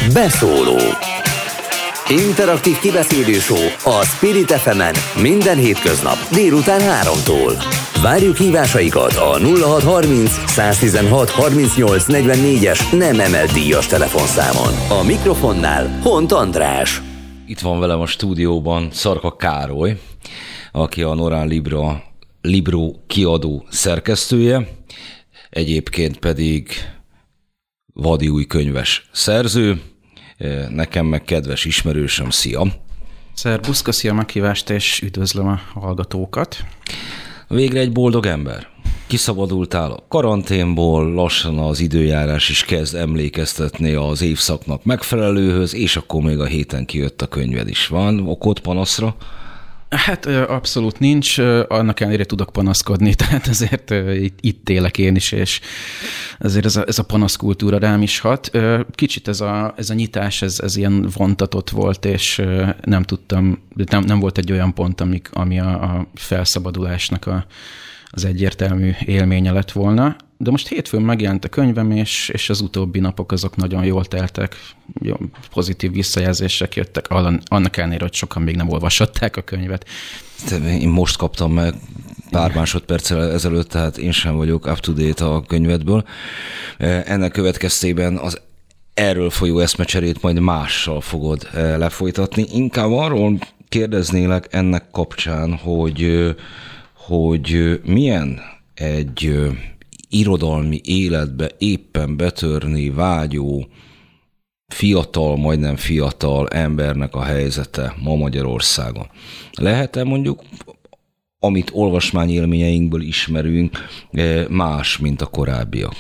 Beszóló. Interaktív kibeszélő show a Spirit FM-en minden hétköznap délután 3-tól. Várjuk hívásaikat a 0630 116 38 44-es nem emelt díjas telefonszámon. A mikrofonnál Hont András. Itt van velem a stúdióban Szarka Károly, aki a Norán Libro kiadó szerkesztője, egyébként pedig vadi új könyves szerző, nekem meg kedves ismerősöm, szia! Szerbusz, köszi a meghívást, és üdvözlöm a hallgatókat. Végre egy boldog ember. Kiszabadultál a karanténból, lassan az időjárás is kezd emlékeztetni az évszaknak megfelelőhöz, és akkor még a héten kijött a könyved is. Van okod panaszra? Hát abszolút nincs, annak ellenére tudok panaszkodni, tehát azért itt élek én is, és azért ez a panaszkultúra rám is hat. Kicsit ez a nyitás, ez ilyen vontatott volt, és nem tudtam, nem volt egy olyan pont, ami a felszabadulásnak az egyértelmű élménye lett volna. De most hétfőn megjelent a könyvem, és az utóbbi napok azok nagyon jól teltek, jó, pozitív visszajelzések jöttek, annak ellenére, hogy sokan még nem olvashatták a könyvet. Én most kaptam meg pár másodperccel ezelőtt, tehát én sem vagyok up-to-date a könyvedből. Ennek következtében az erről folyó eszmecserét majd mással fogod lefolytatni. Inkább arról kérdeznélek ennek kapcsán, hogy milyen egy irodalmi életbe éppen betörni vágyó fiatal, majdnem fiatal embernek a helyzete ma Magyarországon. Lehet-e mondjuk, amit olvasmányélményeinkből ismerünk, más, mint a korábbiak?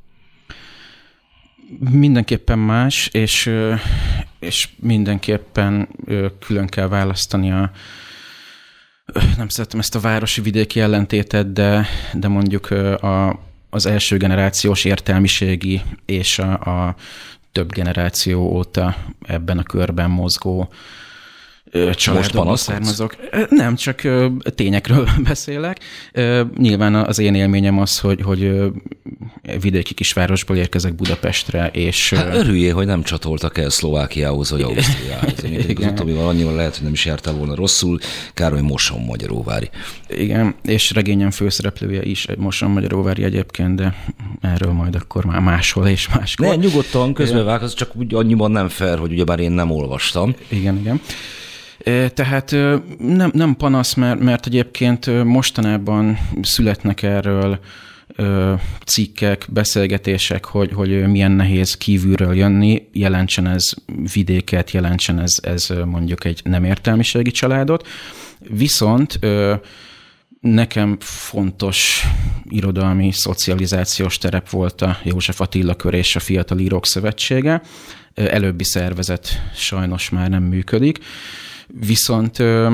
Mindenképpen más, és mindenképpen külön kell választani nem szeretem ezt a városi-vidéki ellentétet, de mondjuk az első generációs értelmiségi és a több generáció óta ebben a körben mozgó családokból származok. Nem, csak tényekről beszélek. Nyilván az én élményem az, hogy vidéki kisvárosból érkezek Budapestre, és... Hát örüljél, hogy nem csatoltak el Szlovákiához vagy Ausztriához. Az utóbbival annyira lehet, hogy nem is jártál volna rosszul. Károly Mosonmagyaróvári. Igen, és regényem főszereplője is egy Mosonmagyaróvári egyébként, de erről majd akkor már máshol és máskor. Ne, nyugodtan közbevág, az csak úgy annyiban nem fair, hogy ugyebár én nem olvastam. Igen. Tehát nem panasz, mert egyébként mostanában születnek erről cikkek, beszélgetések, hogy milyen nehéz kívülről jönni, jelentsen ez vidéket, jelentsen ez mondjuk egy nem értelmiségi családot. Viszont nekem fontos irodalmi szocializációs terep volt a József Attila Kör és a Fiatal Írók Szövetsége. Előbbi szervezet sajnos már nem működik. Viszont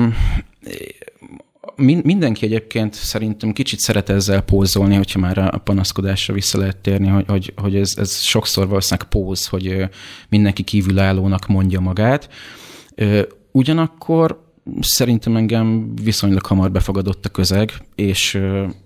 mindenki egyébként szerintem kicsit szeret ezzel pózolni, hogyha már a panaszkodásra vissza lehet térni, hogy ez sokszor valószínűleg póz, hogy mindenki kívülállónak mondja magát. Ugyanakkor szerintem engem viszonylag hamar befogadott a közeg, és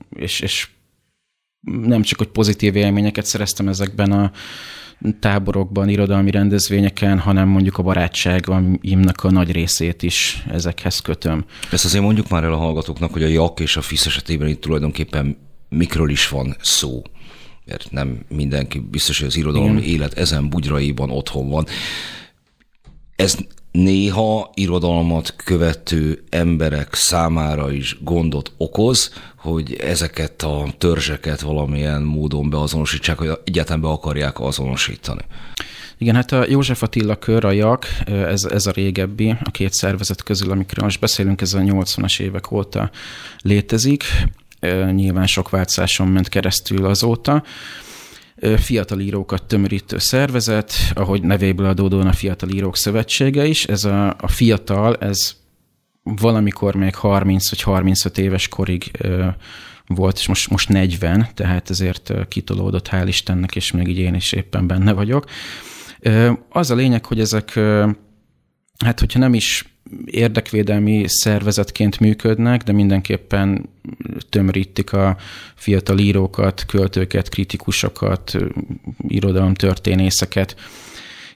nem csak, hogy pozitív élményeket szereztem ezekben a táborokban, irodalmi rendezvényeken, hanem mondjuk a barátságimnak a nagy részét is ezekhez kötöm. Ezt azért mondjuk már el a hallgatóknak, hogy a Jak és a FISZ esetében itt tulajdonképpen mikről is van szó. Mert nem mindenki biztos, hogy az irodalmi élet ezen bugyraiban otthon van. Ez néha irodalmat követő emberek számára is gondot okoz, hogy ezeket a törzseket valamilyen módon beazonosítsák, hogy egyáltalán be akarják azonosítani. Igen, hát a József Attila Kör, a Jak, ez a régebbi, a két szervezet közül, amikről most beszélünk, ez a 80-as évek óta létezik. Nyilván sok változáson ment keresztül azóta. Fiatal írókat tömörítő szervezet, ahogy nevéből adódóan a Fiatal Írók Szövetsége is. Ez a fiatal, ez valamikor még 30 vagy 35 éves korig volt, és most 40, tehát ezért kitolódott, hál' Istennek, és még így én is éppen benne vagyok. Az a lényeg, hogy ezek, hát hogyha nem is érdekvédelmi szervezetként működnek, de mindenképpen tömörítik a fiatal írókat, költőket, kritikusokat, irodalomtörténészeket,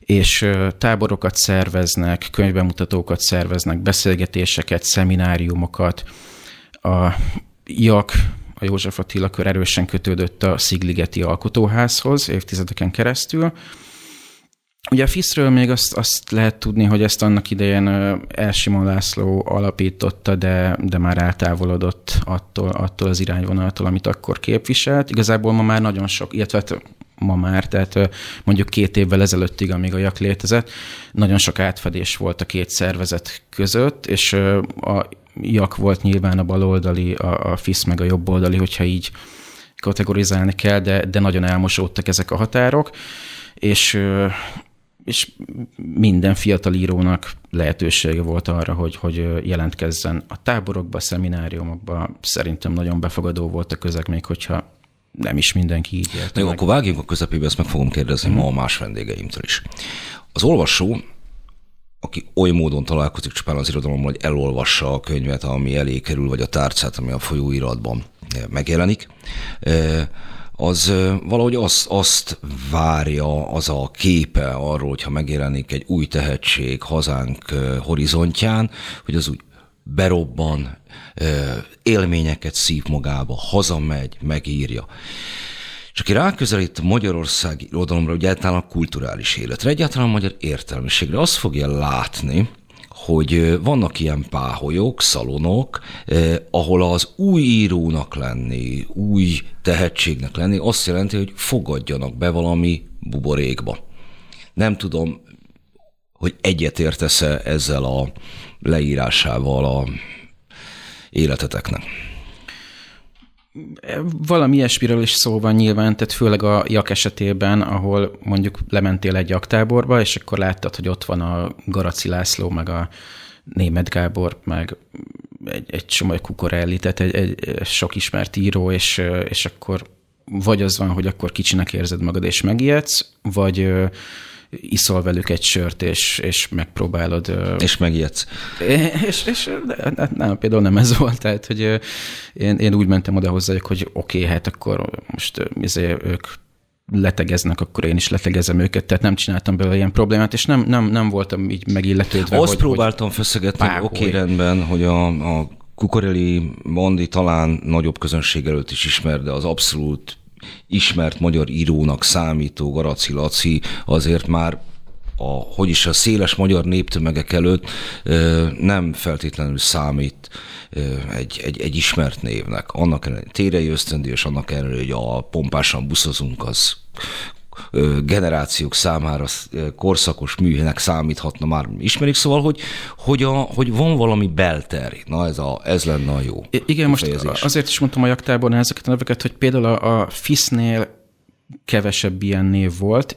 és táborokat szerveznek, könyvbemutatókat szerveznek, beszélgetéseket, szemináriumokat. A JAK, a József Attila Kör erősen kötődött a Szigligeti Alkotóházhoz évtizedeken keresztül. Ugye a FISZ-ről még azt lehet tudni, hogy ezt annak idején Elsimon László alapította, de már eltávolodott attól az irányvonaltól, amit akkor képviselt. Igazából ma már nagyon sok, illetve ma már, tehát mondjuk 2 évvel ezelőttig, amíg a JAK létezett, nagyon sok átfedés volt a két szervezet között, és a JAK volt nyilván a baloldali, a FISZ meg a jobboldali, hogyha így kategorizálni kell, de nagyon elmosódtak ezek a határok, és minden fiatal írónak lehetősége volt arra, hogy jelentkezzen a táborokba, a szemináriumokba. Szerintem nagyon befogadó volt a közeg, még hogyha nem is mindenki így élte. Jó, akkor vágjunk a közepébe, ezt meg fogom kérdezni ma a más vendégeimtől is. Az olvasó, aki oly módon találkozik csupán az irodalommal, hogy elolvassa a könyvet, ami elé kerül, vagy a tárcát, ami a folyóiratban megjelenik, az valahogy azt várja, az a képe arról, hogyha megjelenik egy új tehetség hazánk horizontján, hogy az úgy berobban, élményeket szív magába, hazamegy, megírja. És aki ráközelít a magyarországi irodalomra, ugye egyáltalán a kulturális életre, egyáltalán a magyar értelmiségre, azt fogja látni, hogy vannak ilyen páholyok, szalonok, ahol az új írónak lenni, új tehetségnek lenni azt jelenti, hogy fogadjanak be valami buborékba. Nem tudom, hogy egyetértesz-e ezzel a leírásával a életeteknek. Valami ilyesmiről is szó van nyilván, tehát főleg a JAK esetében, ahol mondjuk lementél egy jaktáborba, és akkor láttad, hogy ott van a Garaci László, meg a Németh Gábor, meg egy csomó Cucorelli, tehát egy sok ismert író, és akkor vagy az van, hogy akkor kicsinek érzed magad, és megijedsz, vagy iszol velük egy sört, és megpróbálod. És megijedsz. Nem, például nem ez volt, tehát, hogy én úgy mentem oda hozzájuk, hogy oké, hát akkor most ők letegeznek, akkor én is letegezem őket, tehát nem csináltam belőle ilyen problémát, és nem voltam így megilletődve. Azt próbáltam feszegetni, oké, rendben, hogy a Cucorelli Bandi talán nagyobb közönség előtt is ismer, de az abszolút ismert magyar írónak számító Garaci Laci azért már a széles magyar néptömegek előtt nem feltétlenül számít egy ismert névnek. Annak ellenére Térei Ösztöndíj, és annak ellenére, hogy a Pompásan buszozunk, az generációk számára korszakos műnek számíthatna, már ismerik, szóval, hogy van valami belterj. Na, ez lenne a jó Igen, kifejezés. Most azért is mondtam a jaktábornál ezeket a neveket, hogy például a FISZ-nél kevesebb ilyen név volt,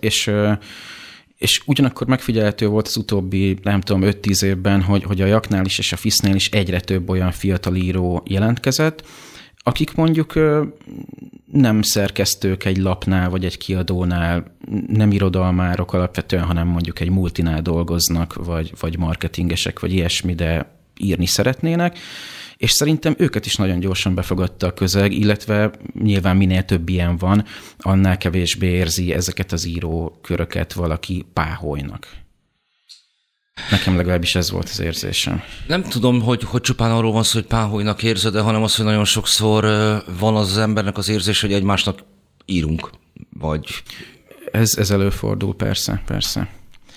és ugyanakkor megfigyelhető volt az utóbbi, nem tudom, 5-10 évben, hogy a jaknál is és a FISZ-nél is egyre több olyan fiatal író jelentkezett, akik mondjuk nem szerkesztők egy lapnál, vagy egy kiadónál, nem irodalmárok alapvetően, hanem mondjuk egy multinál dolgoznak, vagy marketingesek, vagy ilyesmi, de írni szeretnének, és szerintem őket is nagyon gyorsan befogadta a közeg, illetve nyilván minél több ilyen van, annál kevésbé érzi ezeket az íróköröket valaki páholynak. Nekem legalábbis ez volt az érzésem. Nem tudom, hogy csupán arról van szó, hogy páholynak érzed, hanem az, hogy nagyon sokszor van az embernek az érzés, hogy egymásnak írunk, vagy... Ez előfordul, persze.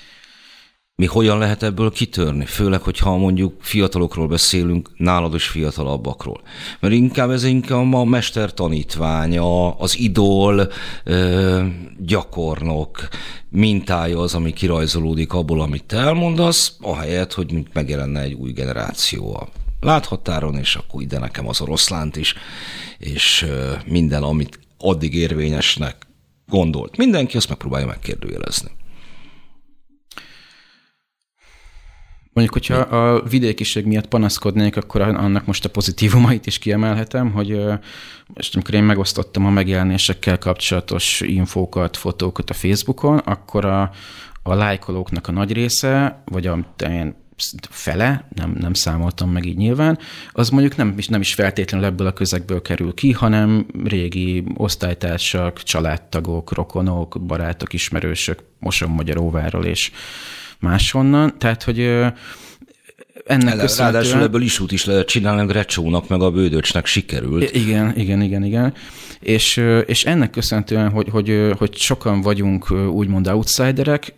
Mi hogyan lehet ebből kitörni? Főleg, hogyha mondjuk fiatalokról beszélünk, nálad is fiatalabbakról. Mert inkább a mester tanítványa, az idol, gyakornok mintája az, ami kirajzolódik abból, amit te elmondasz, ahelyett, hogy megjelenne egy új generáció a láthatáron, és akkor ide nekem az oroszlánt is, és minden, amit addig érvényesnek gondolt. Mindenki azt megpróbálja megkérdőjelezni. Mondjuk, hogyha a vidékiség miatt panaszkodnék, akkor annak most a pozitívumait is kiemelhetem, hogy most amikor én megosztottam a megjelenésekkel kapcsolatos infókat, fotókat a Facebookon, akkor a lájkolóknak a nagy része, vagy a fele, nem számoltam meg így nyilván, az mondjuk nem is feltétlenül ebből a közegből kerül ki, hanem régi osztálytársak, családtagok, rokonok, barátok, ismerősök, Mosonmagyaróváról és máshonnan. Tehát, hogy ennek köszönhetően... Ráadásul ebből isút is lehet csinálni, Grecsónak meg a Bődöcsnek sikerült. Igen. És ennek köszönhetően, hogy sokan vagyunk úgymond outsiderek,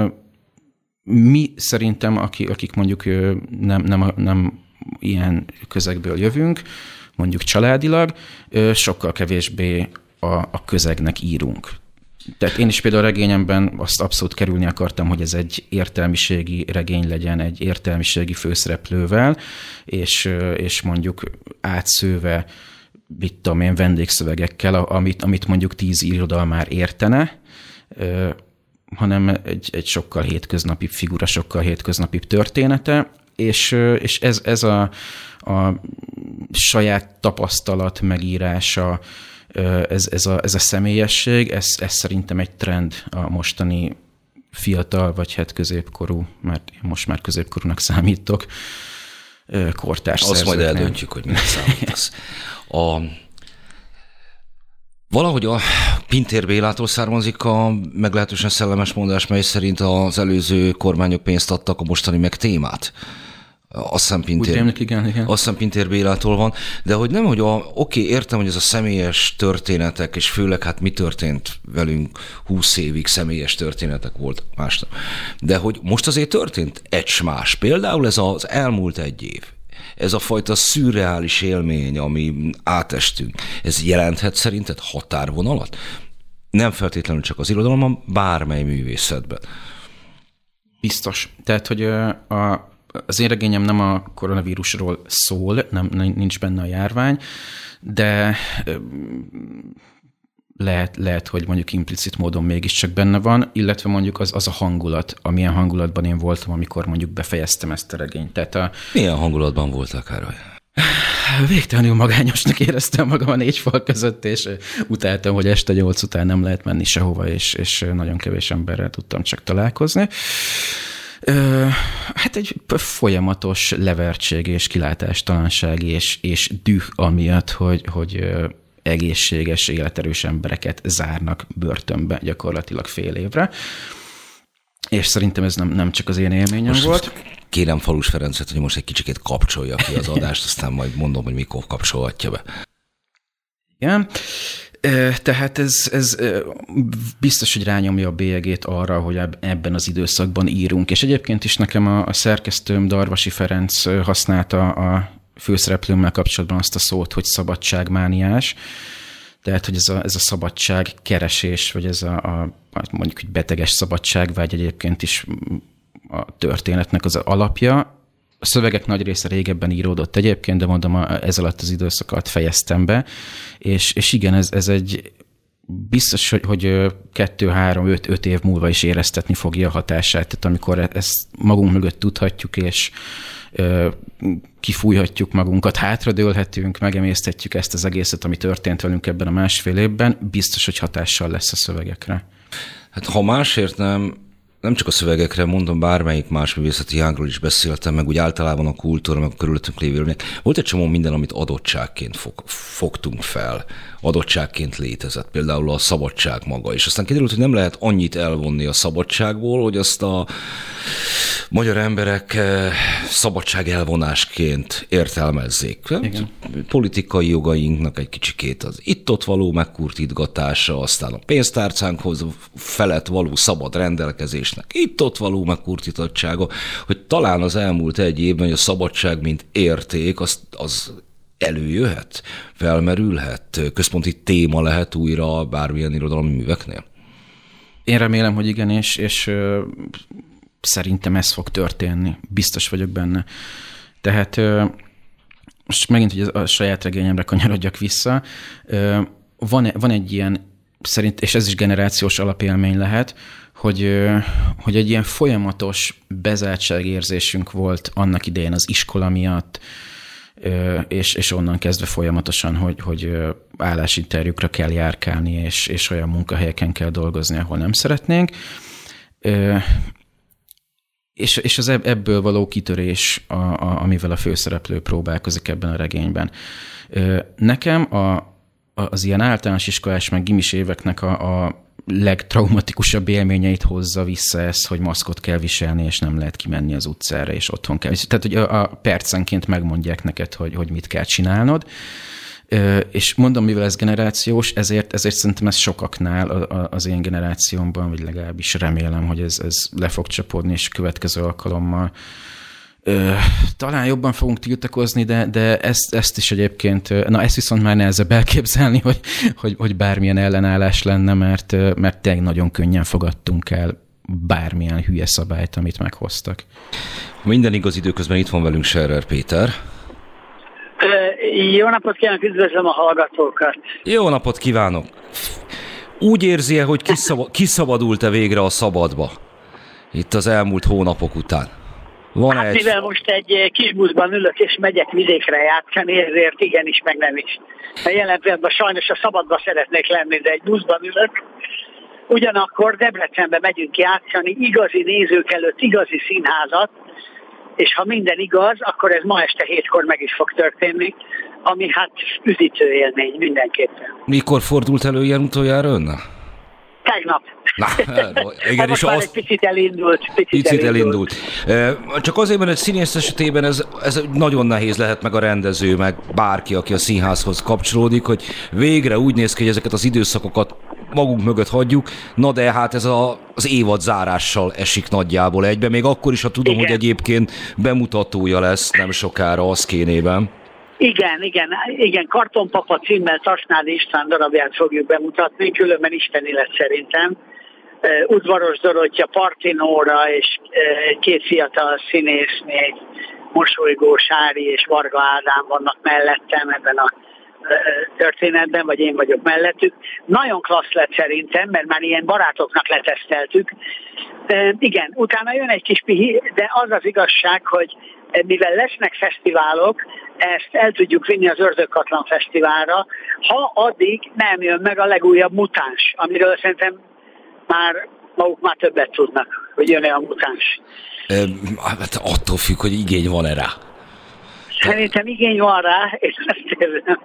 mi szerintem, akik mondjuk nem ilyen közegből jövünk, mondjuk családilag, sokkal kevésbé a közegnek írunk. Tehát én is például a regényemben azt abszolút kerülni akartam, hogy ez egy értelmiségi regény legyen, egy értelmiségi főszereplővel, és mondjuk átszőve, mit tudom én, vendégszövegekkel, amit mondjuk 10 irodalmár értene, hanem egy sokkal hétköznapibb figura, sokkal hétköznapibb története, és ez a saját tapasztalat megírása, ez a személyesség, ez szerintem egy trend a mostani fiatal, vagy hát középkorú, mert most már középkorúnak számítok, kortárs szerzőknél. Azt majd eldöntjük, hogy minek számítasz. Valahogy a Pintér Bélától származik a meglehetősen szellemes mondás, mely szerint az előző kormányok pénzt adtak, a mostani meg témát. Azt hiszem Pintér Bélától van, de hogy nem, hogy oké, értem, hogy ez a személyes történetek, és főleg hát mi történt velünk 20 évig, személyes történetek volt másnap. De hogy most azért történt más. Például ez az elmúlt egy év. Ez a fajta szürreális élmény, ami átestünk, ez jelenthet szerinted határvonalat? Nem feltétlenül csak az irodalomban, bármely művészetben. Biztos. Tehát, hogy az én regényem nem a koronavírusról szól, nincs benne a járvány, de lehet, hogy mondjuk implicit módon mégiscsak benne van, illetve mondjuk az a hangulat, amilyen hangulatban én voltam, amikor mondjuk befejeztem ezt a regényt. Tehát milyen hangulatban voltál, Károly? Végtelenül magányosnak éreztem magam a 4 fal között, és utáltam, hogy este 8 után nem lehet menni sehova, és nagyon kevés emberrel tudtam csak találkozni. Hát egy folyamatos levertség és kilátástalanság és düh amiatt, hogy egészséges, életerős embereket zárnak börtönbe gyakorlatilag fél évre. És szerintem ez nem csak az én élményem most volt. Kérem Falus Ferencet, hogy most egy kicsikét kapcsolja ki az adást, aztán majd mondom, hogy mikor kapcsolhatja be. Igen. Tehát ez biztos, hogy rányomja a bélyegét arra, hogy ebben az időszakban írunk. És egyébként is nekem a szerkesztőm, Darvasi Ferenc használta a főszereplőmmel kapcsolatban azt a szót, hogy szabadságmániás. Tehát, hogy ez a szabadság keresés, vagy ez a mondjuk egy beteges szabadságvágy egyébként is a történetnek az alapja. A szövegek nagy része régebben íródott egyébként, de mondom, ez alatt az időszak alatt fejeztem be, és igen, ez egy biztos, hogy 2, 3, 5 év múlva is éreztetni fogja a hatását, tehát amikor ezt magunk mögött tudhatjuk, és kifújhatjuk magunkat, hátradőlhetünk, megemésztetjük ezt az egészet, ami történt velünk ebben a 1,5 évben, biztos, hogy hatással lesz a szövegekre. Hát ha másért nem csak a szövegekre, mondom, bármelyik más művészeti ágról is beszéltem, meg úgy általában a kultúra, meg a körülöttünk lévő. Volt egy csomó minden, amit adottságként fogtunk fel, adottságként létezett, például a szabadság maga. És aztán kiderült, hogy nem lehet annyit elvonni a szabadságból, hogy azt a magyar emberek szabadság elvonásként értelmezzék. Igen. Politikai jogainknak egy kicsikét az itt-ott való megkurtítgatása, aztán a pénztárcánkhoz felett való szabad rendelkezésnek itt-ott való megkurtítottsága, hogy talán az elmúlt egy évben, hogy a szabadság mint érték, az előjöhet, felmerülhet, központi téma lehet újra bármilyen irodalmi műveknél? Én remélem, hogy igen, és szerintem ez fog történni. Biztos vagyok benne. Tehát most megint, hogy a saját regényemre kanyarodjak vissza, van egy ilyen, és ez is generációs alapélmény lehet, hogy egy ilyen folyamatos bezártságérzésünk volt annak idején az iskola miatt, és onnan kezdve folyamatosan, hogy állásinterjúkra kell járkálni, és olyan munkahelyeken kell dolgozni, ahol nem szeretnénk. És az ebből való kitörés, amivel a főszereplő próbálkozik ebben a regényben. Nekem az ilyen általános iskolás meg gimis éveknek a legtraumatikusabb élményeit hozza vissza ez, hogy maszkot kell viselni, és nem lehet kimenni az utcára, és otthon kell. Tehát, hogy a percenként megmondják neked, hogy mit kell csinálnod. És mondom, mivel ez generációs, ezért szerintem ez sokaknál az én generációmban, vagy legalábbis remélem, hogy ez le fog csapódni, és a következő alkalommal talán jobban fogunk tiltakozni, de ezt is egyébként, ezt viszont már nehezebb elképzelni, hogy bármilyen ellenállás lenne, mert tényleg nagyon könnyen fogadtunk el bármilyen hülye szabályt, amit meghoztak. Minden igaz, időközben itt van velünk Scherer Péter. Jó napot kívánok, üdvözlöm a hallgatókat! Jó napot kívánok! Úgy érzi-e, hogy kiszabadult-e végre a szabadba itt az elmúlt hónapok után? Mivel most egy kis buszban ülök és megyek vidékre játszani, ezért igenis, meg nem is. A jelen pillanatban sajnos a szabadba szeretnék lenni, de egy buszban ülök. Ugyanakkor Debrecenbe megyünk játszani, igazi nézők előtt, igazi színházat, és ha minden igaz, akkor ez ma este 7-kor meg is fog történni, ami hát üdítő élmény mindenképpen. Mikor fordult elő ilyen utoljára önnel? Tegnap. Na, igen, most már egy picit elindult. Csak azért, mert egy színész esetében ez nagyon nehéz lehet, meg a rendező, meg bárki, aki a színházhoz kapcsolódik, hogy végre úgy néz ki, hogy ezeket az időszakokat magunk mögött hagyjuk, na de hát ez az évad zárással esik nagyjából egybe, még akkor is, ha tudom, igen, hogy egyébként bemutatója lesz nem sokára a Szkénében. Igen, Kartonpapa címmel Tasnádi István darabját fogjuk bemutatni, különben isteni lett szerintem. Udvaros Dorottya, Partinóra és két fiatal színésznő, Mosolygó Sári és Varga Ádám vannak mellettem ebben a történetben, vagy én vagyok mellettük. Nagyon klassz lett szerintem, mert már ilyen barátoknak leteszteltük. Igen, utána jön egy kis pihi, de az az igazság, hogy mivel lesznek fesztiválok, ezt el tudjuk vinni az Ördögkatlan Fesztiválra, ha addig nem jön meg a legújabb Mutáns, amiről szerintem maguk már többet tudnak, hogy jön-e a Mutáns. Hát attól függ, hogy igény van-e rá. Szerintem igény van rá, és ezt érzem.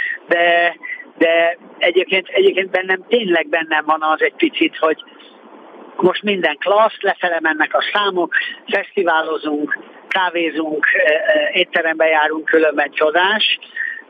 De egyébként tényleg bennem van az egy picit, hogy most minden klassz, lefele mennek a számok, fesztiválozunk, kávézunk, étterembe járunk, különben csodás.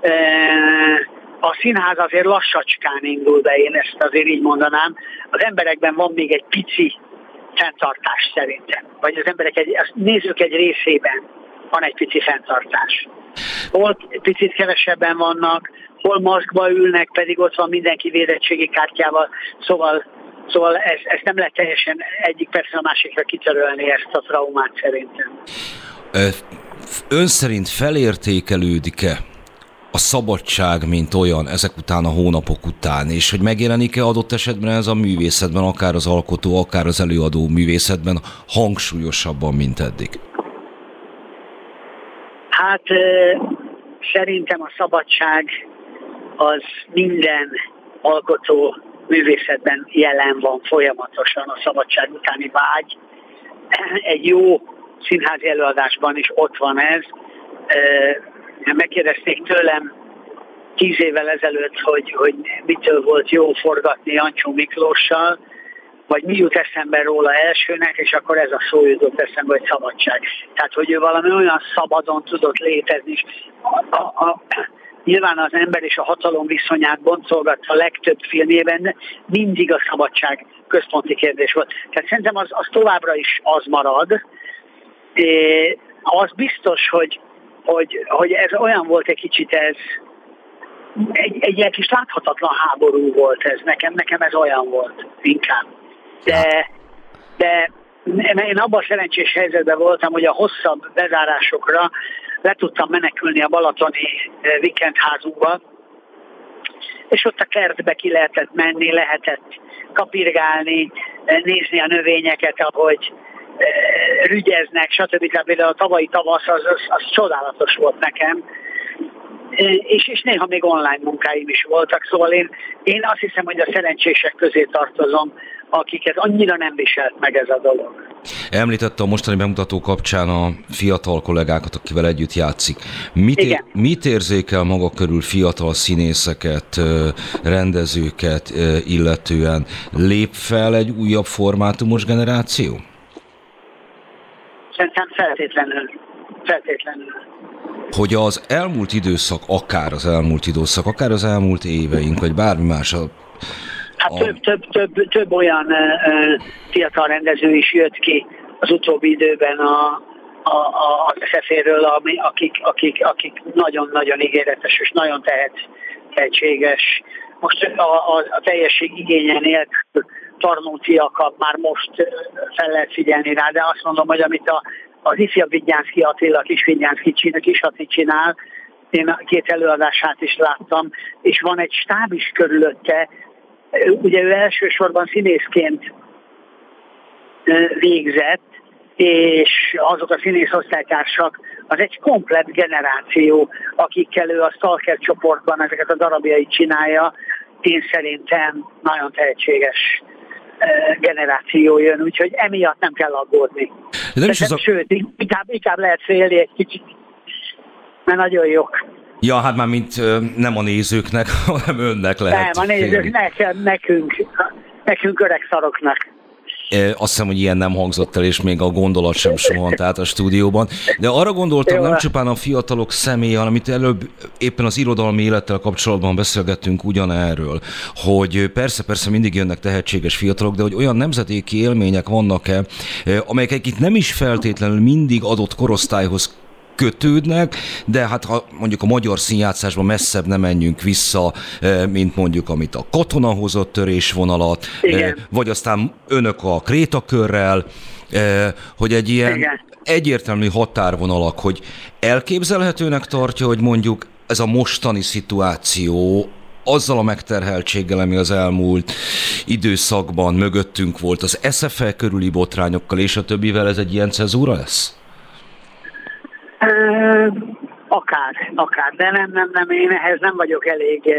A színház azért lassacskán indul be, én ezt azért így mondanám. Az emberekben van még egy pici fenntartás szerintem. Vagy az emberek, a nézők egy részében van egy pici fenntartás. Hol picit kevesebben vannak, hol maszkba ülnek, pedig ott van mindenki védettségi kártyával, Szóval ezt nem lehet teljesen egyik percre a másikra kitörölni, ezt a traumát szerintem. Ön szerint felértékelődik-e a szabadság, mint olyan ezek után a hónapok után, és hogy megjelenik-e adott esetben ez a művészetben, akár az alkotó, akár az előadó művészetben hangsúlyosabban, mint eddig? Hát szerintem a szabadság az minden alkotó művészetben jelen van folyamatosan, a szabadság utáni vágy. Egy jó színházi előadásban is ott van ez. Megkérdezték tőlem 10 évvel ezelőtt, hogy mitől volt jó forgatni Jancsó Miklóssal, vagy mi jut eszembe róla elsőnek, és akkor ez a szó jutott eszembe, hogy szabadság. Tehát, hogy ő valami olyan szabadon tudott létezni. Nyilván az ember és a hatalom viszonyát boncolgatta a legtöbb filmjében, mindig a szabadság központi kérdés volt. Tehát szerintem az továbbra is az marad. Az biztos, hogy ez olyan volt egy kicsit, ez egy ilyen kis láthatatlan háború volt ez. Nekem ez olyan volt inkább. De én abban a szerencsés helyzetben voltam, hogy a hosszabb bezárásokra le tudtam menekülni a balatoni vikendházunkba, és ott a kertbe ki lehetett menni, lehetett kapirgálni, nézni a növényeket, ahogy rügyeznek, stb. Tehát például a tavalyi tavasz az csodálatos volt nekem, és néha még online munkáim is voltak, szóval én azt hiszem, hogy a szerencsések közé tartozom, akiket annyira nem viselt meg ez a dolog. Említette a mostani bemutató kapcsán a fiatal kollégákat, akivel együtt játszik. Mit érzékel maga körül fiatal színészeket, rendezőket illetően? Lép fel egy újabb formátumos generáció? Szerintem feltétlenül. Hogy az elmúlt időszak, akár az elmúlt éveink, vagy bármi más több olyan fiatal rendező is jött ki az utóbbi időben az SZF-ről, akik nagyon-nagyon ígéretes és nagyon tehetséges. Most a teljesség igénye nélkül Tarnóciakat már most fel lehet figyelni rá, de azt mondom, hogy amit az ifjabb Vigyánszky Attila, Kis Hati csinál, én 2 előadását is láttam, és van egy stáb is körülötte. Ugye ő elsősorban színészként végzett, és azok a színész osztálytársak, az egy komplett generáció, akikkel ő a Stalker csoportban ezeket a darabjait csinálja. Én szerintem nagyon tehetséges generáció jön, úgyhogy emiatt nem kell aggódni. Sőt, inkább lehet félni egy kicsit, mert nagyon jók. Ja, hát már mint nem a nézőknek, hanem önnek lehet. Nem, a nézőknek, nekünk öreg szaroknak. Azt hiszem, hogy ilyen nem hangzott el, és még a gondolat sem sohant át a stúdióban. De arra gondoltam, nem csupán a fiatalok személye, hanem itt előbb éppen az irodalmi élettel kapcsolatban beszélgettünk ugyanerről, hogy persze mindig jönnek tehetséges fiatalok, de hogy olyan nemzedéki élmények vannak-e, amelyek itt nem is feltétlenül mindig adott korosztályhoz kötődnek, de hát ha mondjuk a magyar színjátszásban messzebb nem menjünk vissza, mint mondjuk amit a Katona hozott törésvonalat, vagy aztán önök a Krétakörrel, hogy egy ilyen egyértelmű határvonalak, hogy elképzelhetőnek tartja, hogy mondjuk ez a mostani szituáció azzal a megterheltséggel, ami az elmúlt időszakban mögöttünk volt, az SZF körüli botrányokkal és a többivel, ez egy ilyen cezúra lesz? Akár, de nem, én ehhez nem vagyok elég,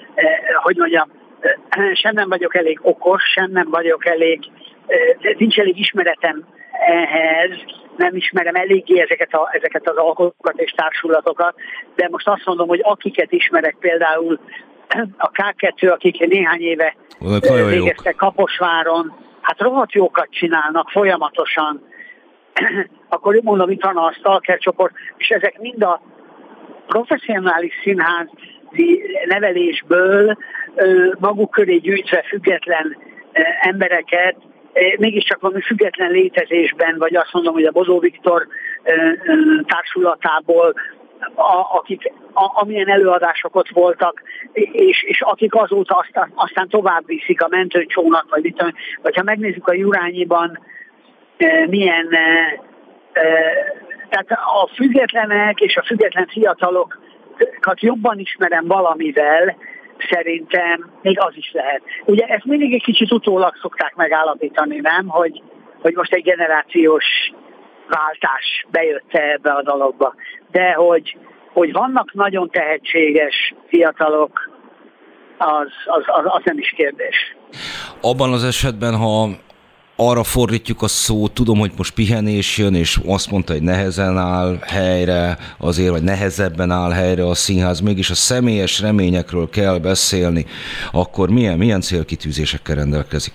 sem nem vagyok elég okos, sem nem vagyok elég, nincs elég ismeretem ehhez, nem ismerem eléggé ezeket az alkotókat és társulatokat, de most azt mondom, hogy akiket ismerek, például a K2, akik néhány éve végeztek Kaposváron, hát rohadt jókat csinálnak folyamatosan. Akkor mondom, itt van a Stalker csoport, és ezek mind a professzionális színházi nevelésből maguk köré gyűjtve független embereket, mégiscsak valami független létezésben, vagy azt mondom, hogy a Bodó Viktor társulatából, akik amilyen előadások ott voltak, és akik azóta aztán tovább viszik a Mentőcsónak, vagy ha megnézzük a Jurányiban, milyen, tehát a függetlenek és a független fiatalokat jobban ismerem valamivel, szerintem még az is lehet. Ugye ezt mindig egy kicsit utólag szokták megállapítani, nem? Hogy most egy generációs váltás bejött ebbe a dologba. De hogy vannak nagyon tehetséges fiatalok, az nem is kérdés. Abban az esetben, ha arra fordítjuk a szót, tudom, hogy most pihenés jön, és azt mondta, hogy nehezen áll helyre, azért, vagy nehezebben áll helyre a színház, mégis a személyes reményekről kell beszélni, akkor milyen célkitűzésekkel rendelkezik?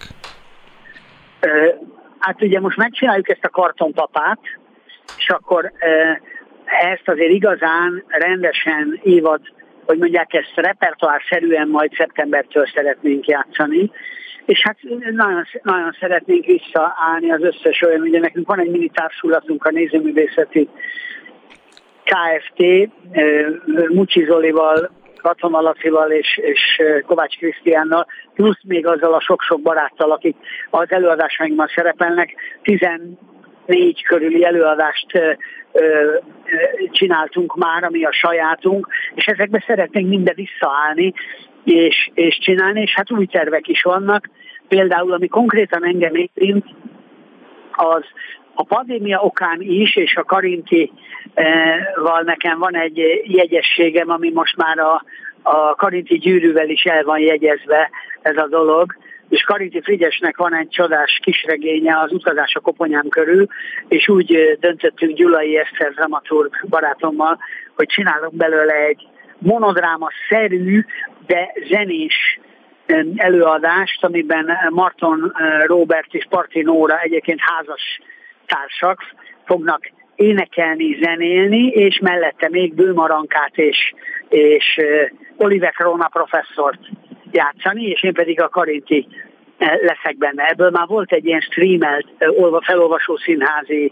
Hát ugye most megcsináljuk ezt a kartonpapát, és akkor ezt azért igazán rendesen hogy mondják, ezt repertoárszerűen majd szeptembertől szeretnénk játszani, és hát nagyon, nagyon szeretnénk visszaállni az összes olyan, ugye nekünk van egy mini társulatunk, a Nézőművészeti Kft. Mucsi Zolival, Katona Lacival és Kovács Krisztiánnal, plusz még azzal a sok-sok baráttal, akik az előadásainkban szerepelnek, 14 körüli előadást csináltunk már, ami a sajátunk, és ezekbe szeretnénk minden visszaállni, és csinálni, és hát új tervek is vannak. Például, ami konkrétan engem érint, az a pandémia okán is, és a Karintival nekem van egy jegyességem, ami most már a Karinti Gyűrűvel is el van jegyezve ez a dolog, és Karinti Frigyesnek van egy csodás kisregénye, az Utazás a koponyám körül, és úgy döntöttünk Gyulai Eszter dramaturg barátommal, hogy csinálunk belőle egy monodráma-szerű, de zenés előadást, amiben Marton Róbert és Parti Nóra, egyébként házas társak, fognak énekelni, zenélni, és mellette még Bőmarankát és Oliver Krona professzort játszani, és én pedig a Karinti leszek benne. Ebből már volt egy ilyen streamelt, felolvasó színházi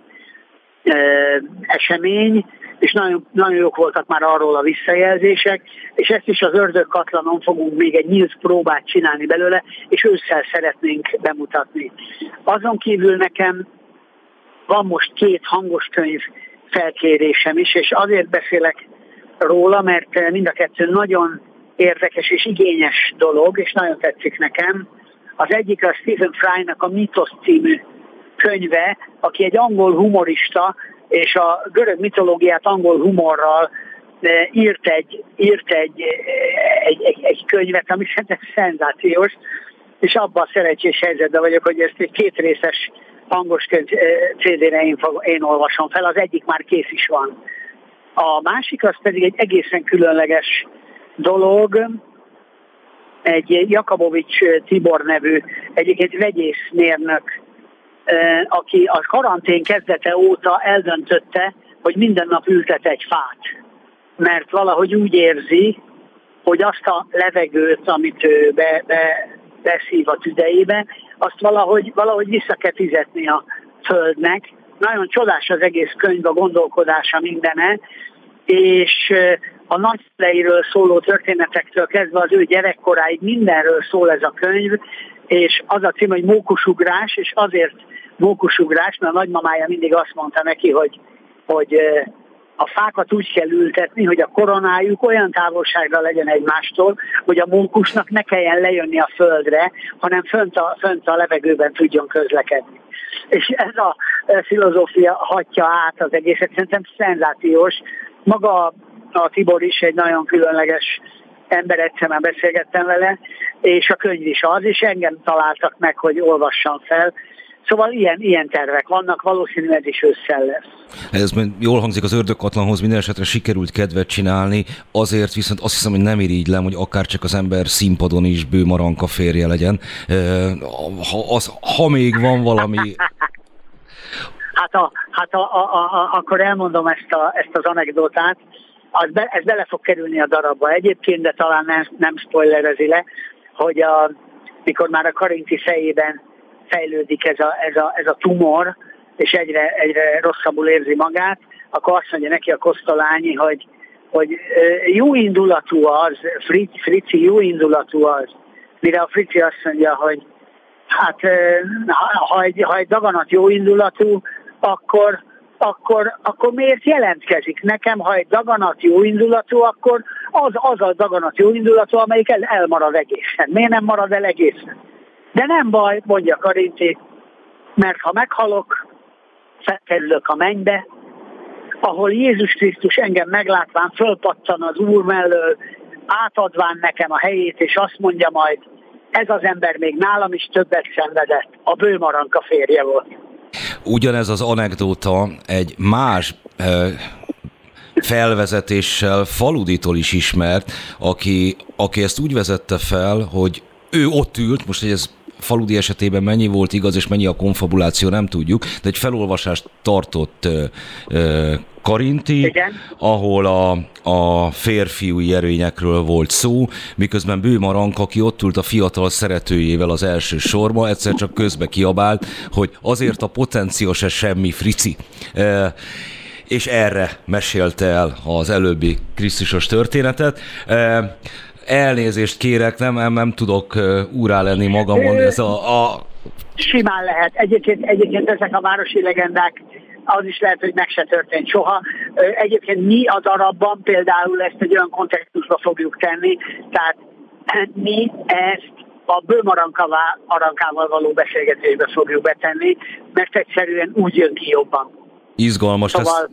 esemény, és nagyon, nagyon jók voltak már arról a visszajelzések, és ezt is az Ördögkatlanon fogunk még egy nyílt próbát csinálni belőle, és ősszel szeretnénk bemutatni. Azon kívül nekem van most 2 hangos könyv felkérésem is, és azért beszélek róla, mert mind a 2 nagyon érdekes és igényes dolog, és nagyon tetszik nekem. Az egyik a Stephen Frynak a Mítosz című könyve, aki egy angol humorista, és a görög mitológiát angol humorral írt egy könyvet, ami szerintem szenzációs, és abban a szerencsés helyzetben vagyok, hogy ezt egy 2 részes hangos könyv CD-re én olvasom fel, az egyik már kész is van. A másik az pedig egy egészen különleges dolog, egy Jakobovics Tibor nevű, egyébként vegyészmérnök, aki a karantén kezdete óta eldöntötte, hogy minden nap ültet egy fát. Mert valahogy úgy érzi, hogy azt a levegőt, amit ő beszív a tüdejébe, azt valahogy vissza kell fizetni a földnek. Nagyon csodás az egész könyv, a gondolkodása mindene, és a nagyszüleiről szóló történetektől kezdve az ő gyerekkoráig mindenről szól ez a könyv, és az a cím, hogy Mókusugrás, és azért mókusugrás, mert a nagymamája mindig azt mondta neki, hogy a fákat úgy kell ültetni, hogy a koronájuk olyan távolságra legyen egymástól, hogy a mókusnak ne kelljen lejönni a földre, hanem fönt a levegőben tudjon közlekedni. És ez a filozófia hatja át az egészet, szerintem szenzációs. Maga a Tibor is egy nagyon különleges ember, egyszer már beszélgettem vele, és a könyv is az, és engem találtak meg, hogy olvassam fel. Szóval ilyen tervek vannak, valószínűleg ez is ősszel lesz. Ez jól hangzik, az Ördögkatlanhoz minden esetre sikerült kedvet csinálni, azért viszont azt hiszem, hogy nem irigylem, hogy akár csak az ember színpadon is Bőmaranka férje legyen. Ha még van valami... Akkor elmondom ezt az anekdotát. Ez bele fog kerülni a darabba egyébként, de talán nem spoilerezi le, hogy mikor már a Karinti fejében fejlődik ez a tumor, és egyre rosszabbul érzi magát, akkor azt mondja neki a Kosztolányi, hogy jó indulatú az, Frici, jó indulatú az. Mire a Frici azt mondja, hogy hát ha egy daganat jó indulatú, akkor miért jelentkezik nekem, ha egy daganat jó indulatú, akkor az a daganat jó indulatú, amelyik elmarad egészen. Miért nem marad el egészen? De nem baj, mondja Karinti, mert ha meghalok, felkerülök a mennybe, ahol Jézus Krisztus engem meglátván fölpattan az Úr mellől, átadván nekem a helyét, és azt mondja majd, ez az ember még nálam is többet szenvedett, a Bőmaranka férje volt. Ugyanez az anekdóta egy más felvezetéssel Faluditól is ismert, aki ezt úgy vezette fel, hogy ő ott ült, most hogy ez Faludi esetében mennyi volt igaz, és mennyi a konfabuláció, nem tudjuk, de egy felolvasást tartott Karinti, igen, ahol a férfiúi erényekről volt szó, miközben Bőmaranka, aki ott ült a fiatal szeretőjével az első sorba, egyszer csak közbe kiabált, hogy azért a potencia se semmi, Frici. És erre mesélte el az előbbi Krisztusos történetet. Elnézést kérek, nem tudok úrá lenni magamon. Ez Simán lehet. Egyébként ezek a városi legendák, az is lehet, hogy meg se történt soha. Egyébként mi a darabban például ezt egy olyan kontextusba fogjuk tenni, tehát mi ezt a Bőmarankával való beszélgetésbe fogjuk betenni, mert egyszerűen úgy jön ki jobban. Izgalmas. Szóval...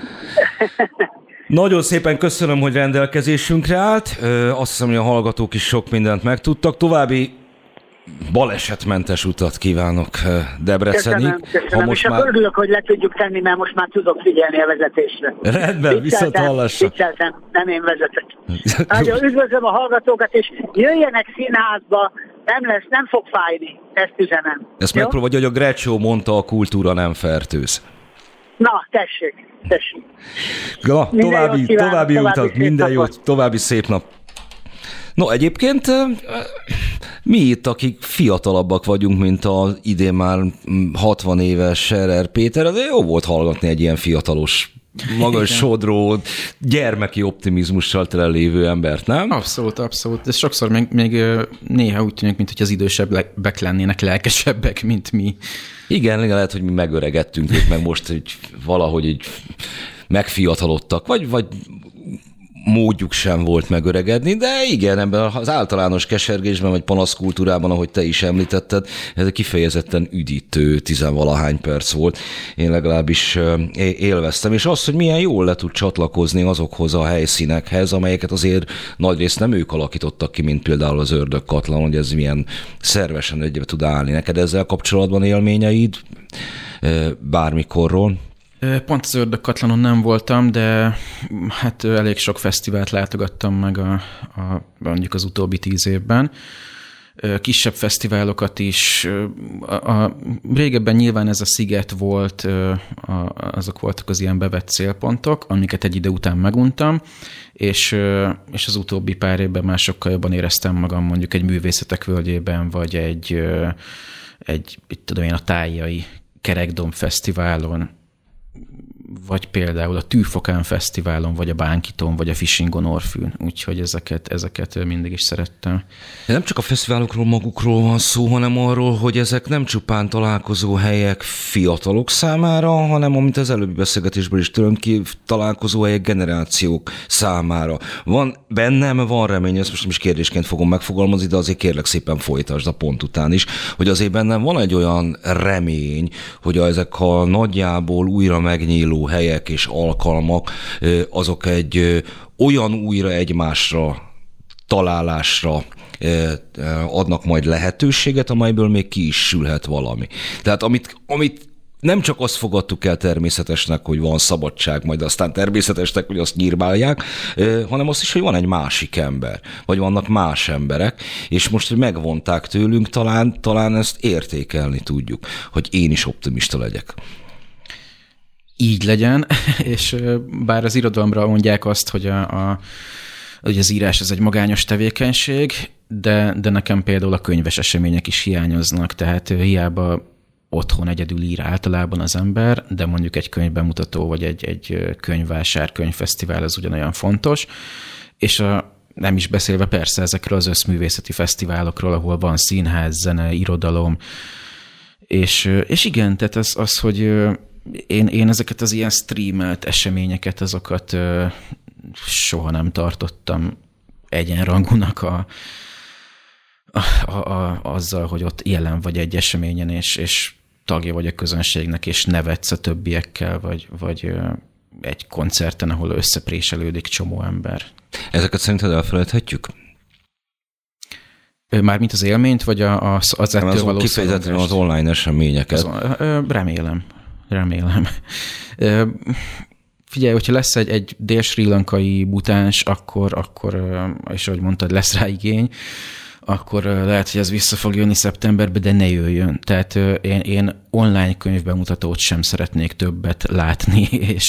Nagyon szépen köszönöm, hogy rendelkezésünkre állt. Azt hiszem, hogy a hallgatók is sok mindent megtudtak. További balesetmentes utat kívánok Debrecenig. Köszönöm. És akkor örülök, hogy le tudjuk tenni, mert most már tudok figyelni a vezetésre. Rendben, viszont hallásra. Nem én vezetek. Nagyon üdvözlöm a hallgatókat, és jöjjenek színházba, nem fog fájni, ezt üzenem. Ezt megpróbálja, hogy a Greccio mondta, a kultúra nem fertőz. Na, tessék. Ja, további utat, minden jót, további szép nap. No, egyébként mi itt, akik fiatalabbak vagyunk, mint az idén már 60 éves Scherer Péter, de jó volt hallgatni egy ilyen fiatalos, magas sodró, gyermeki optimizmussal tele lévő embert, nem? Abszolút. De sokszor még néha úgy tűnik, mint hogy az idősebbek lennének lelkesebbek, mint mi. Igen, lehet, hogy mi megöregedtünk, ők meg most valahogy így megfiatalodtak, vagy módjuk sem volt megöregedni, de igen, ebben az általános kesergésben, vagy panaszkultúrában, ahogy te is említetted, ez kifejezetten üdítő 10-valahány perc volt. Én legalábbis élveztem, és az, hogy milyen jól le tud csatlakozni azokhoz a helyszínekhez, amelyeket azért nagyrészt nem ők alakítottak ki, mint például az Ördögkatlan, hogy ez milyen szervesen egybe tud állni. Neked ezzel kapcsolatban élményeid bármikorról? Pont az Ördögkatlanon nem voltam, de hát elég sok fesztivált látogattam meg mondjuk az utóbbi 10 évben. Kisebb fesztiválokat is. Régebben nyilván ez a Sziget volt, azok voltak az ilyen bevett célpontok, amiket egy idő után meguntam, és az utóbbi pár évben már sokkal jobban éreztem magam mondjuk egy Művészetek Völgyében, vagy egy a Tájai Kerekdomb Fesztiválon, vagy például a Tűfokán Fesztiválon, vagy a Bánkitón, vagy a Fishingon Orfűn. Úgyhogy ezeket mindig is szerettem. De nem csak a fesztiválokról magukról van szó, hanem arról, hogy ezek nem csupán találkozó helyek fiatalok számára, hanem, amit az előbbi beszélgetésből is törömt ki, találkozó helyek generációk számára. Bennem van remény, ezt most nem is kérdésként fogom megfogalmazni, de azért kérlek szépen folytasd a pont után is, hogy azért bennem van egy olyan remény, hogy ezek a nagyjából újra megnyíló helyek és alkalmak, azok egy olyan újra egymásra találásra adnak majd lehetőséget, amelyből még ki is sülhet valami. Tehát amit nem csak azt fogadtuk el természetesnek, hogy van szabadság, majd aztán természetesnek, hogy azt nyírbálják, hanem azt is, hogy van egy másik ember, vagy vannak más emberek, és most, hogy megvonták tőlünk, talán ezt értékelni tudjuk, hogy én is optimista legyek. Így legyen, és bár az irodalomra mondják azt, hogy hogy az írás ez egy magányos tevékenység, de nekem például a könyves események is hiányoznak, tehát hiába otthon egyedül ír általában az ember, de mondjuk egy könyvbemutató, vagy egy könyvvásár, könyvfesztivál az ugyanolyan fontos, és nem is beszélve persze ezekről az összművészeti fesztiválokról, ahol van színház, zene, irodalom, és igen, tehát az hogy én ezeket az ilyen streamelt eseményeket, azokat soha nem tartottam egyenrangúnak azzal, hogy ott jelen vagy egy eseményen, és tagja vagy a közönségnek, és nevetsz a többiekkel, vagy egy koncerten, ahol összepréselődik csomó ember. Ezeket szerinted elfelejthetjük? Mármint az élményt, vagy az ettől való kifejezetten az online eseményeket? Remélem. Figyelj, hogyha lesz egy dél-sri lankai mutáns, akkor, és ahogy mondtad, lesz rá igény, akkor lehet, hogy ez vissza fog jönni szeptemberbe, de ne jöjjön. Tehát én online könyvbemutatót sem szeretnék többet látni,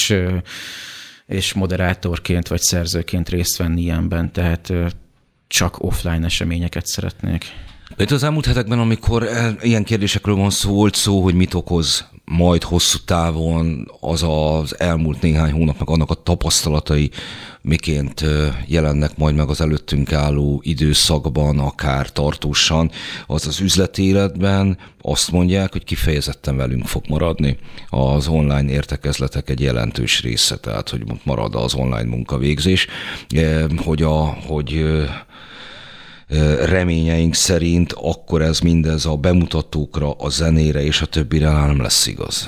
és moderátorként vagy szerzőként részt venni ilyenben, tehát csak offline eseményeket szeretnék. Itt az elmúlt hetekben, amikor ilyen kérdésekről van volt szó, hogy mit okoz majd hosszú távon az elmúlt néhány hónapnak annak a tapasztalatai, miként jelennek majd meg az előttünk álló időszakban, akár tartósan, az üzleti életben azt mondják, hogy kifejezetten velünk fog maradni az online értekezletek egy jelentős része, tehát hogy marad az online munkavégzés, hogy reményeink szerint akkor ez mindez a bemutatókra, a zenére és a többire nem lesz igaz.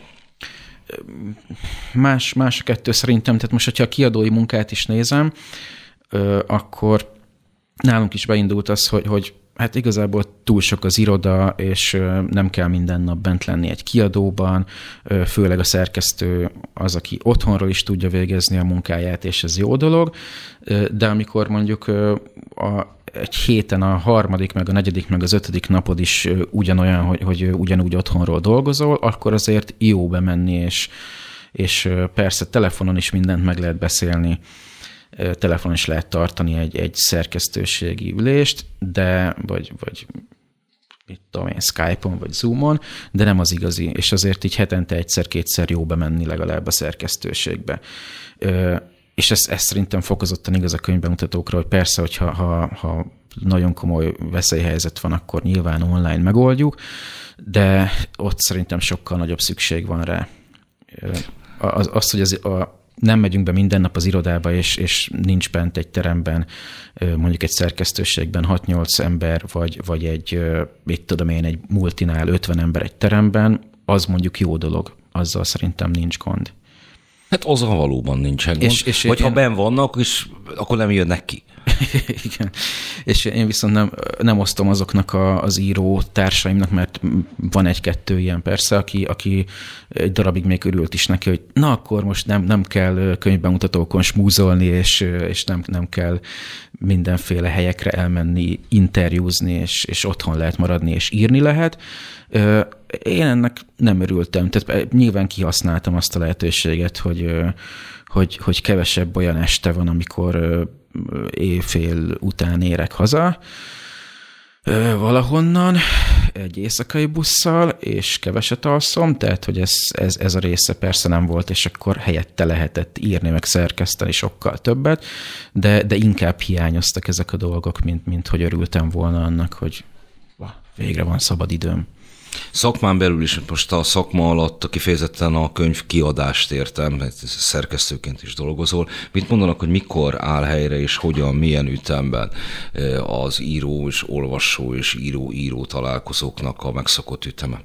Más a kettő szerintem, tehát most, hogyha a kiadói munkát is nézem, akkor nálunk is beindult az, hogy hát igazából túl sok az iroda, és nem kell minden nap bent lenni egy kiadóban, főleg a szerkesztő az, aki otthonról is tudja végezni a munkáját, és ez jó dolog, de amikor mondjuk egy héten a harmadik, meg a negyedik, meg az ötödik napod is ugyanolyan, hogy ugyanúgy otthonról dolgozol, akkor azért jó bemenni, és persze telefonon is mindent meg lehet beszélni, telefonon is lehet tartani egy szerkesztőségi ülést, de vagy mit tudom én, Skype-on vagy Zoom-on, de nem az igazi, és azért így hetente egyszer-kétszer jó bemenni legalább a szerkesztőségbe. És ez szerintem fokozottan igaz a könyvbemutatókra, hogy persze, hogyha nagyon komoly veszélyhelyzet van, akkor nyilván online megoldjuk, de ott szerintem sokkal nagyobb szükség van rá. Az, hogy nem megyünk be minden nap az irodába, és nincs bent egy teremben, mondjuk egy szerkesztőségben 6-8 ember, vagy egy, mit tudom én, egy multinál 50 ember egy teremben, az mondjuk jó dolog. Azzal szerintem nincs gond. Hát azzal valóban nincsen gond. Vagy ha benn vannak, akkor nem jönnek ki. Igen. És én viszont nem osztom azoknak az író társaimnak, mert van egy-kettő ilyen persze, aki egy darabig még örült is neki, hogy na akkor most nem kell könyvbemutatókon smúzolni, és nem kell mindenféle helyekre elmenni, interjúzni, és otthon lehet maradni, és írni lehet. Én ennek nem örültem. Tehát nyilván kihasználtam azt a lehetőséget, hogy kevesebb olyan este van, amikor éjfél után érek haza valahonnan egy éjszakai busszal, és keveset alszom, tehát hogy ez a része persze nem volt, és akkor helyette lehetett írni, meg szerkeszteni sokkal többet, de inkább hiányoztak ezek a dolgok, mint hogy örültem volna annak, hogy végre van szabad időm. Szakmán belül is, most a szakma alatt kifejezetten a könyv kiadást értem, szerkesztőként is dolgozol. Mit mondanak, hogy mikor áll helyre, és hogyan, milyen ütemben az író és olvasó és író találkozóknak a megszokott üteme?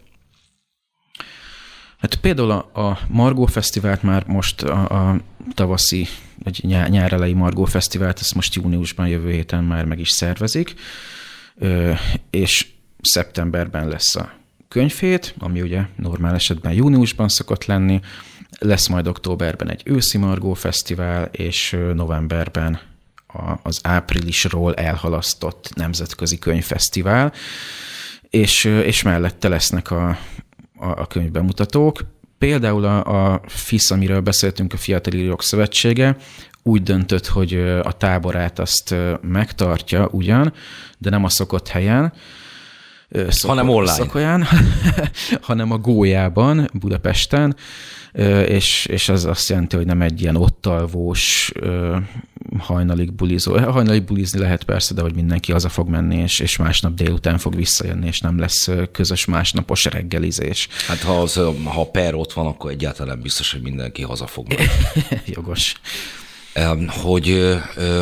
Hát például a Margó Fesztivált már most a tavaszi, vagy nyár elejé Margó Fesztivált, ezt most júniusban, jövő héten már meg is szervezik, és szeptemberben lesz a könyvhét, ami ugye normál esetben júniusban szokott lenni, lesz majd októberben egy őszi Margó Fesztivál, és novemberben az áprilisról elhalasztott nemzetközi könyvfesztivál, és mellette lesznek a könyvbemutatók. Például a FISZ, amiről beszéltünk, a Fiatal Írók Szövetsége, úgy döntött, hogy a táborát azt megtartja ugyan, de nem a szokott helyen, hanem online. hanem a Gólyában, Budapesten, és az azt jelenti, hogy nem egy ilyen ottalvós hajnalig bulizó. Hajnalig bulizni lehet persze, de hogy mindenki haza fog menni, és másnap délután fog visszajönni, és nem lesz közös másnapos reggelizés. Hát ha per ott van, akkor egyáltalán biztos, hogy mindenki haza fog menni. Jogos. Hogy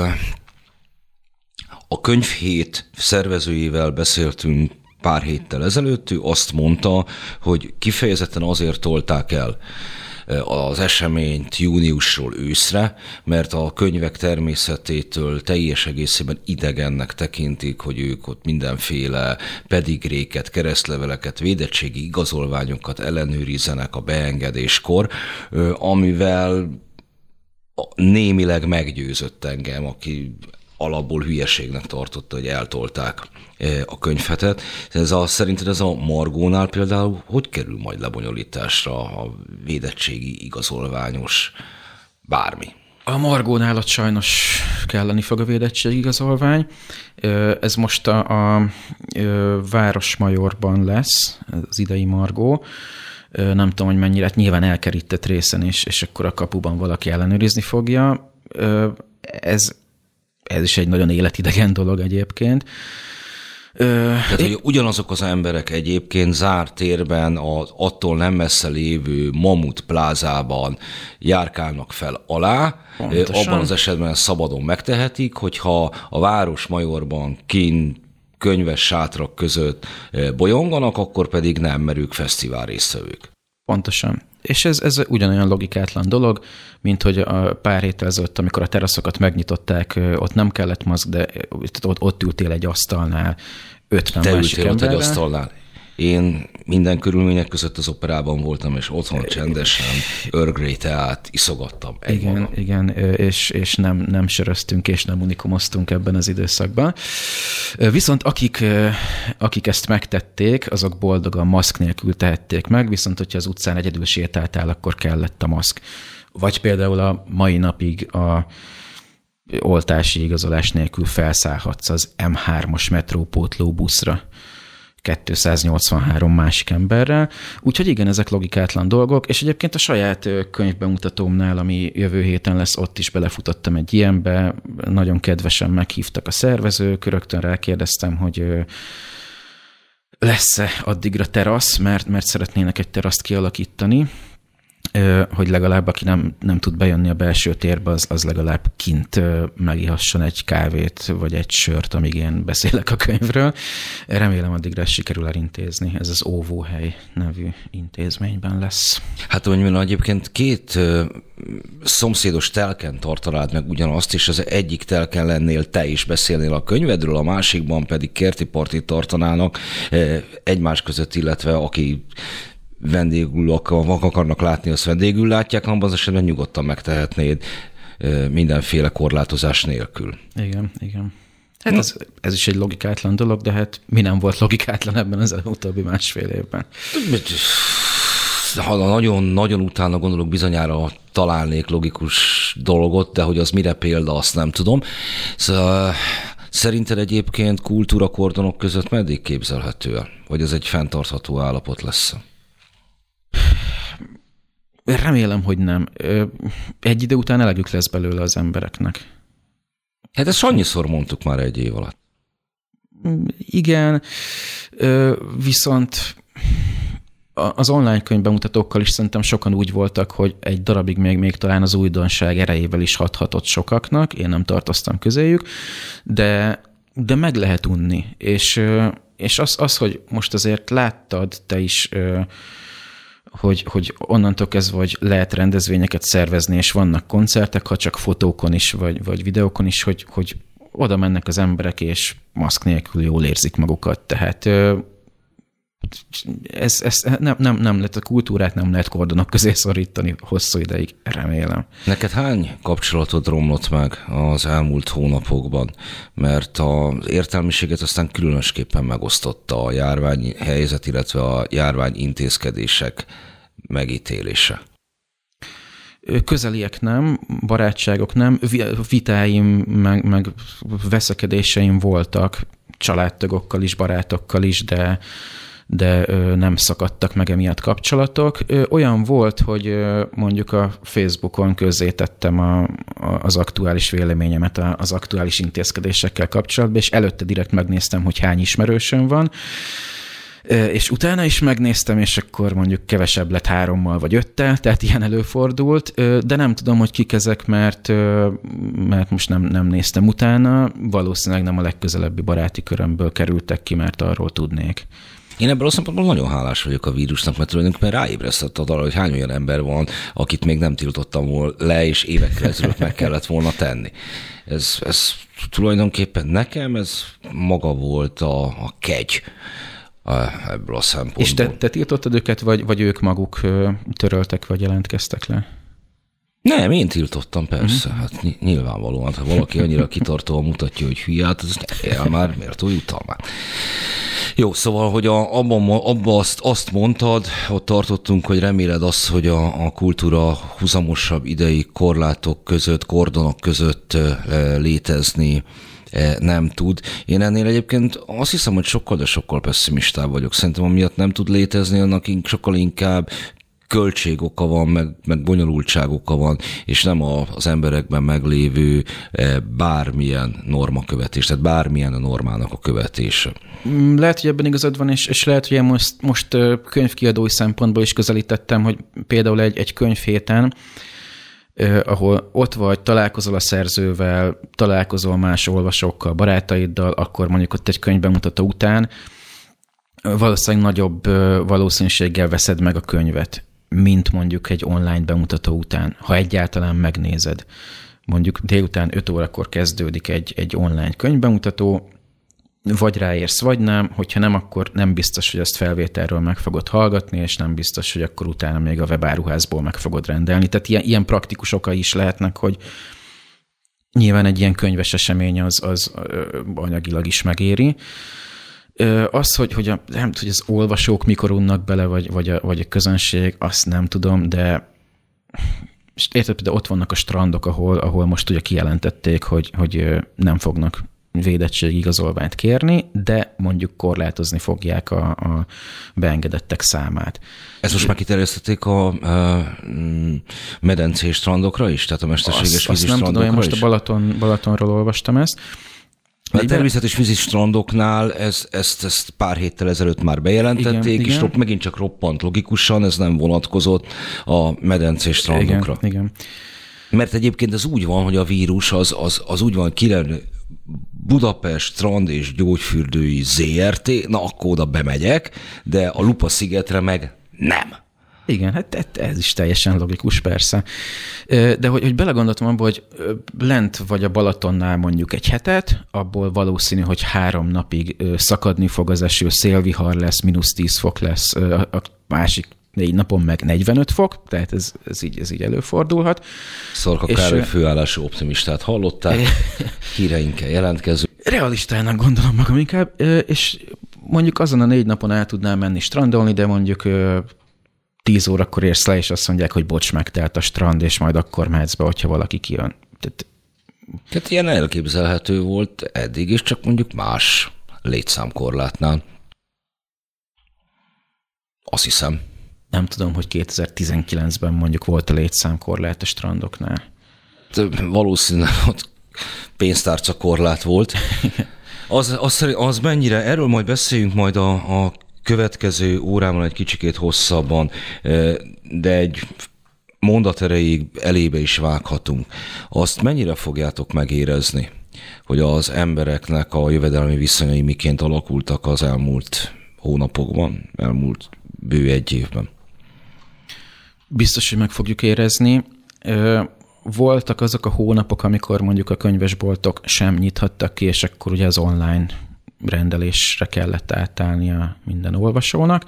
a könyvhét szervezőjével beszéltünk pár héttel ezelőtt, ő azt mondta, hogy kifejezetten azért tolták el az eseményt júniusról őszre, mert a könyvek természetétől teljes egészében idegennek tekintik, hogy ők ott mindenféle pedigréket, keresztleveleket, védettségi igazolványokat ellenőrizzenek a beengedéskor, amivel némileg meggyőzött engem, aki alapból hülyeségnek tartotta, hogy eltolták a könyvhetet. Szerinted ez a Margónál például hogy kerül majd lebonyolításra a védettségi igazolványos bármi? A Margónál ott sajnos kelleni fog a védettségi igazolvány. Ez most a Városmajorban lesz, az idei Margó. Nem tudom, hogy mennyire, hát nyilván elkerített részen, és akkor a kapuban valaki ellenőrizni fogja. Ez is egy nagyon életidegen dolog egyébként. Tehát, hogy ugyanazok az emberek egyébként zárt térben, attól nem messze lévő Mamut plázában járkálnak fel alá. Pontosan. Abban az esetben szabadon megtehetik, hogyha a Városmajorban kint könyves sátrak között bolyonganak, akkor pedig nem, mert ők fesztivál résztvevők. Pontosan. És ez ugyanolyan logikátlan dolog, mint hogy a pár héttel ezelőtt, amikor a teraszokat megnyitották, ott nem kellett maszk, de ott ültél egy asztalnál, 50 Te másik ültél ott egy emberrel. asztalnál. Én minden körülmények között az operában voltam, és otthon csendesen Earl Grey teát iszogattam. Igen, és nem söröztünk, és nem unikumoztunk ebben az időszakban. Viszont akik ezt megtették, azok boldogan maszk nélkül tehették meg, viszont hogyha az utcán egyedül sétáltál, akkor kellett a maszk. Vagy például a mai napig a oltási igazolás nélkül felszállhatsz az M3-as metrópótló buszra 283 másik emberrel. Úgyhogy igen, ezek logikátlan dolgok, és egyébként a saját könyvbemutatómnál, ami jövő héten lesz, ott is belefutottam egy ilyenbe, nagyon kedvesen meghívtak a szervezők, rögtön rákérdeztem, hogy lesz-e addigra terasz, mert szeretnének egy teraszt kialakítani, hogy legalább aki nem tud bejönni a belső térbe, az legalább kint megihasson egy kávét, vagy egy sört, amíg én beszélek a könyvről. Remélem addigra ezt sikerül elintézni. Ez az Óvóhely nevű intézményben lesz. Hát mondjuk egyébként két szomszédos telken tartanád meg ugyanazt, és az egyik telken lennél te is beszélnél a könyvedről, a másikban pedig kerti partit tartanának egymás között, illetve aki vendégül akarnak látni, azt vendégül látják, abban az esetben nyugodtan megtehetnéd mindenféle korlátozás nélkül. Igen. Hát ez is egy logikátlan dolog, de hát mi nem volt logikátlan ebben az utóbbi másfél évben? Ha nagyon utána gondolok, bizonyára találnék logikus dolgot, de hogy az mire példa, azt nem tudom. Szóval szerinted egyébként kultúrakordonok között meddig képzelhető el? Vagy ez egy fenntartható állapot lesz? Remélem, hogy nem. Egy idő után elegük lesz belőle az embereknek. Hát ezt annyiszor mondtuk már egy év alatt. Igen, viszont az online könyvbemutatókkal is szerintem sokan úgy voltak, hogy egy darabig még talán az újdonság erejével is hathatott sokaknak, én nem tartoztam közéjük, de meg lehet unni. És az, hogy most azért láttad te is, hogy onnantól kezdve, hogy lehet rendezvényeket szervezni, és vannak koncertek, ha csak fotókon is, vagy videókon is, hogy oda mennek az emberek, és maszk nélkül jól érzik magukat. Tehát ez nem lehet, a kultúrát nem lehet kordonok közé szorítani hosszú ideig, remélem. Neked hány kapcsolatod romlott meg az elmúlt hónapokban? Mert az értelmiséget aztán különösképpen megosztotta a járványhelyzet, illetve a járvány intézkedések megítélése. Közeliek nem, barátságok nem, vitáim meg veszekedéseim voltak családtagokkal is, barátokkal is, de nem szakadtak meg emiatt kapcsolatok. Olyan volt, hogy mondjuk a Facebookon közzétettem az aktuális véleményemet az aktuális intézkedésekkel kapcsolatban, és előtte direkt megnéztem, hogy hány ismerősöm van, és utána is megnéztem, és akkor mondjuk kevesebb lett 3-mal vagy 5-tel, tehát ilyen előfordult, de nem tudom, hogy kik ezek, mert most nem néztem utána, valószínűleg nem a legközelebbi baráti körömből kerültek ki, mert arról tudnék. Én ebből a szempontból nagyon hálás vagyok a vírusnak, mert tulajdonképpen ráébresztett arra, hogy hány olyan ember van, akit még nem tiltottam volna le, és évekkel ezelőtt meg kellett volna tenni. Ez tulajdonképpen nekem ez maga volt a kegy ebből a szempontból. És te tiltottad őket, vagy ők maguk töröltek, vagy jelentkeztek le? Nem, én tiltottam, persze. Hát nyilvánvalóan, ha valaki annyira kitartóan mutatja, hogy hülye, hát ez már méltó jutalmát. Jó, szóval, hogy abba azt mondtad, ott tartottunk, hogy reméled azt, hogy a kultúra huzamosabb idei korlátok között, kordonok között létezni nem tud. Én ennél egyébként azt hiszem, hogy sokkal, de sokkal pessimistább vagyok. Szerintem amiatt nem tud létezni, annak sokkal inkább költségoka van, meg bonyolultságoka van, és nem az emberekben meglévő bármilyen normakövetés, tehát bármilyen a normának a követése. Lehet, hogy ebben igazad van, és lehet, hogy én most könyvkiadói szempontból is közelítettem, hogy például egy könyvhéten, ahol ott vagy, találkozol a szerzővel, találkozol más olvasókkal, barátaiddal, akkor mondjuk ott egy könyvbemutató után valószínűleg nagyobb valószínűséggel veszed meg a könyvet, mint mondjuk egy online bemutató után, ha egyáltalán megnézed. Mondjuk délután 5 órakor kezdődik egy online könyvbemutató, vagy ráérsz, vagy nem, hogyha nem, akkor nem biztos, hogy ezt felvételről meg fogod hallgatni, és nem biztos, hogy akkor utána még a webáruházból meg fogod rendelni. Tehát ilyen praktikus okai is lehetnek, hogy nyilván egy ilyen könyves esemény az anyagilag is megéri. Az, hogy az olvasók mikor unnak bele, vagy a közönség, azt nem tudom, de érted, például ott vannak a strandok, ahol most ugye kijelentették, hogy nem fognak védettségigazolványt kérni, de mondjuk korlátozni fogják a beengedettek számát. Ezt most már kiterjesztették a medencés strandokra is? Tehát a mesterséges vízi strandokra is? Azt nem tudom, én most a Balatonról olvastam ezt. A természetes vízi strandoknál ezt pár héttel ezelőtt már bejelentették, igen. És megint csak roppant logikusan, ez nem vonatkozott a medencés strandokra. Igen. Mert egyébként ez úgy van, hogy a vírus az úgy van, Budapest Strand és Gyógyfürdői ZRT, na akkor oda bemegyek, de a Lupa-szigetre meg nem. Igen, hát ez is teljesen logikus, persze. De hogy belegondoltam abba, hogy lent vagy a Balatonnál mondjuk egy hetet, abból valószínű, hogy 3 napig szakadni fog az eső, szélvihar lesz, -10 fok lesz, a másik 4 napon meg 45 fok, tehát ez így előfordulhat. Szorka Károly főállású optimistát hallották, híreinkkel jelentkező. Realistának gondolom magam inkább, és mondjuk azon a 4 napon el tudnám menni strandolni, de mondjuk 10 órakor érsz le, és azt mondják, hogy bocs, megtelt a strand, és majd akkor mehetsz be, hogyha valaki kijön. Tehát ilyen elképzelhető volt eddig, és csak mondjuk más létszámkorlátnál. Azt hiszem. Nem tudom, hogy 2019-ben mondjuk volt a létszámkorlát a strandoknál. Valószínűleg ott pénztárcakorlát volt. Az mennyire, erről majd beszéljünk majd a következő órában egy kicsikét hosszabban, de egy mondat erejéig elébe is vághatunk. Azt mennyire fogjátok megérezni, hogy az embereknek a jövedelmi viszonyai miként alakultak az elmúlt hónapokban, elmúlt bő 1 évben? Biztos, hogy meg fogjuk érezni. Voltak azok a hónapok, amikor mondjuk a könyvesboltok sem nyithattak ki, és akkor ugye az online rendelésre kellett átállnia minden olvasónak.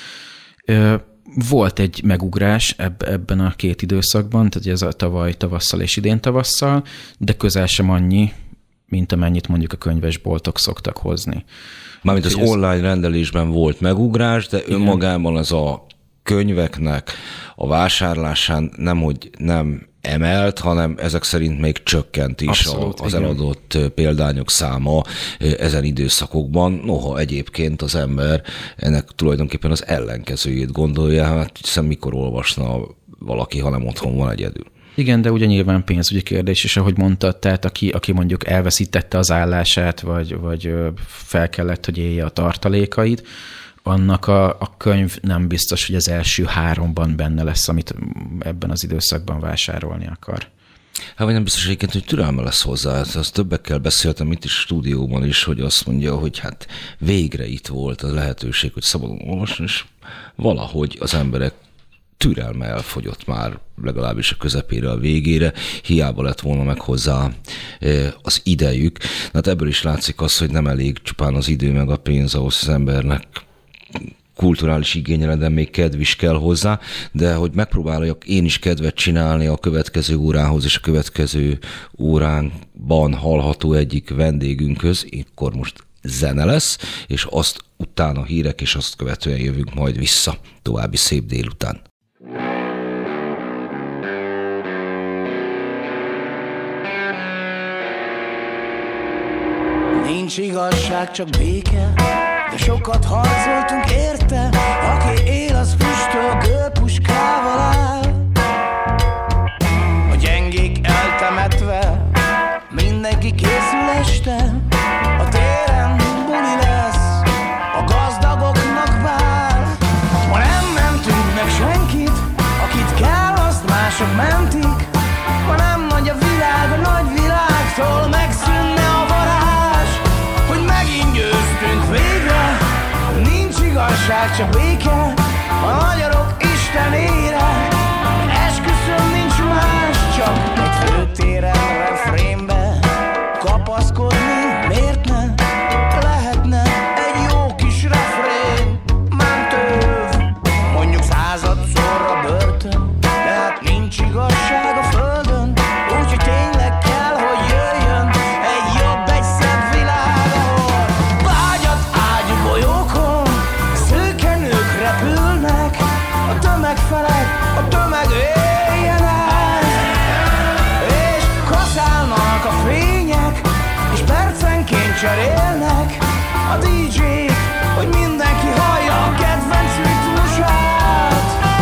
Volt egy megugrás ebben a 2 időszakban, tehát ez a tavaly tavasszal és idén tavasszal, de közel sem annyi, mint amennyit mondjuk a könyvesboltok szoktak hozni. Mármint az online rendelésben volt megugrás, de önmagában ez a könyveknek a vásárlásán nemhogy nem emelt, hanem ezek szerint még csökkent is. Abszolút, az eladott példányok száma ezen időszakokban. Noha egyébként az ember ennek tulajdonképpen az ellenkezőjét gondolja, hát hiszen mikor olvasna valaki, hanem otthon van egyedül. Igen, de ugye nyilván pénzügyi kérdés is, ahogy mondtad, tehát aki mondjuk elveszítette az állását, vagy fel kellett, hogy élje a tartalékait, annak a könyv nem biztos, hogy az első 3-ban benne lesz, amit ebben az időszakban vásárolni akar. Hát vagy nem biztos egyébként, hogy türelme lesz hozzá. Azt többekkel beszéltem itt is stúdióban is, hogy azt mondja, hogy hát végre itt volt a lehetőség, hogy szabadon olvasni, és valahogy az emberek türelme elfogyott már legalábbis a közepére, a végére, hiába lett volna meg hozzá az idejük. Hát ebből is látszik az, hogy nem elég csupán az idő meg a pénz ahhoz az embernek kulturális igényre, de még kedv is kell hozzá, de hogy megpróbáljak én is kedvet csinálni a következő órához és a következő óránban hallható egyik vendégünkhöz, akkor most zene lesz, és azt utána hírek, és azt követően jövünk majd vissza. További szép délután. Nincs igazság, csak béke, de sokat harcoltunk érte. Aki él, az füstöl, gőpuskával áll. A gyengék eltemetve, mindenki készül este. A téren buli lesz, a gazdagoknak vár. Ma nem mentünk meg senkit, akit kell, azt mások mentik. Ma nem nagy a világ, a nagy világtól megszűnne a varázs. Hogy megint győztünk végre, nincs igazság, csak béke a magyarok istenére. Esküszöm, nincs más, csak egy főtéren, refrénbe kapaszkodni, miért ne lehet cserélnek a DJ-k, hogy mindenki hallja a kedvenc ritmusát.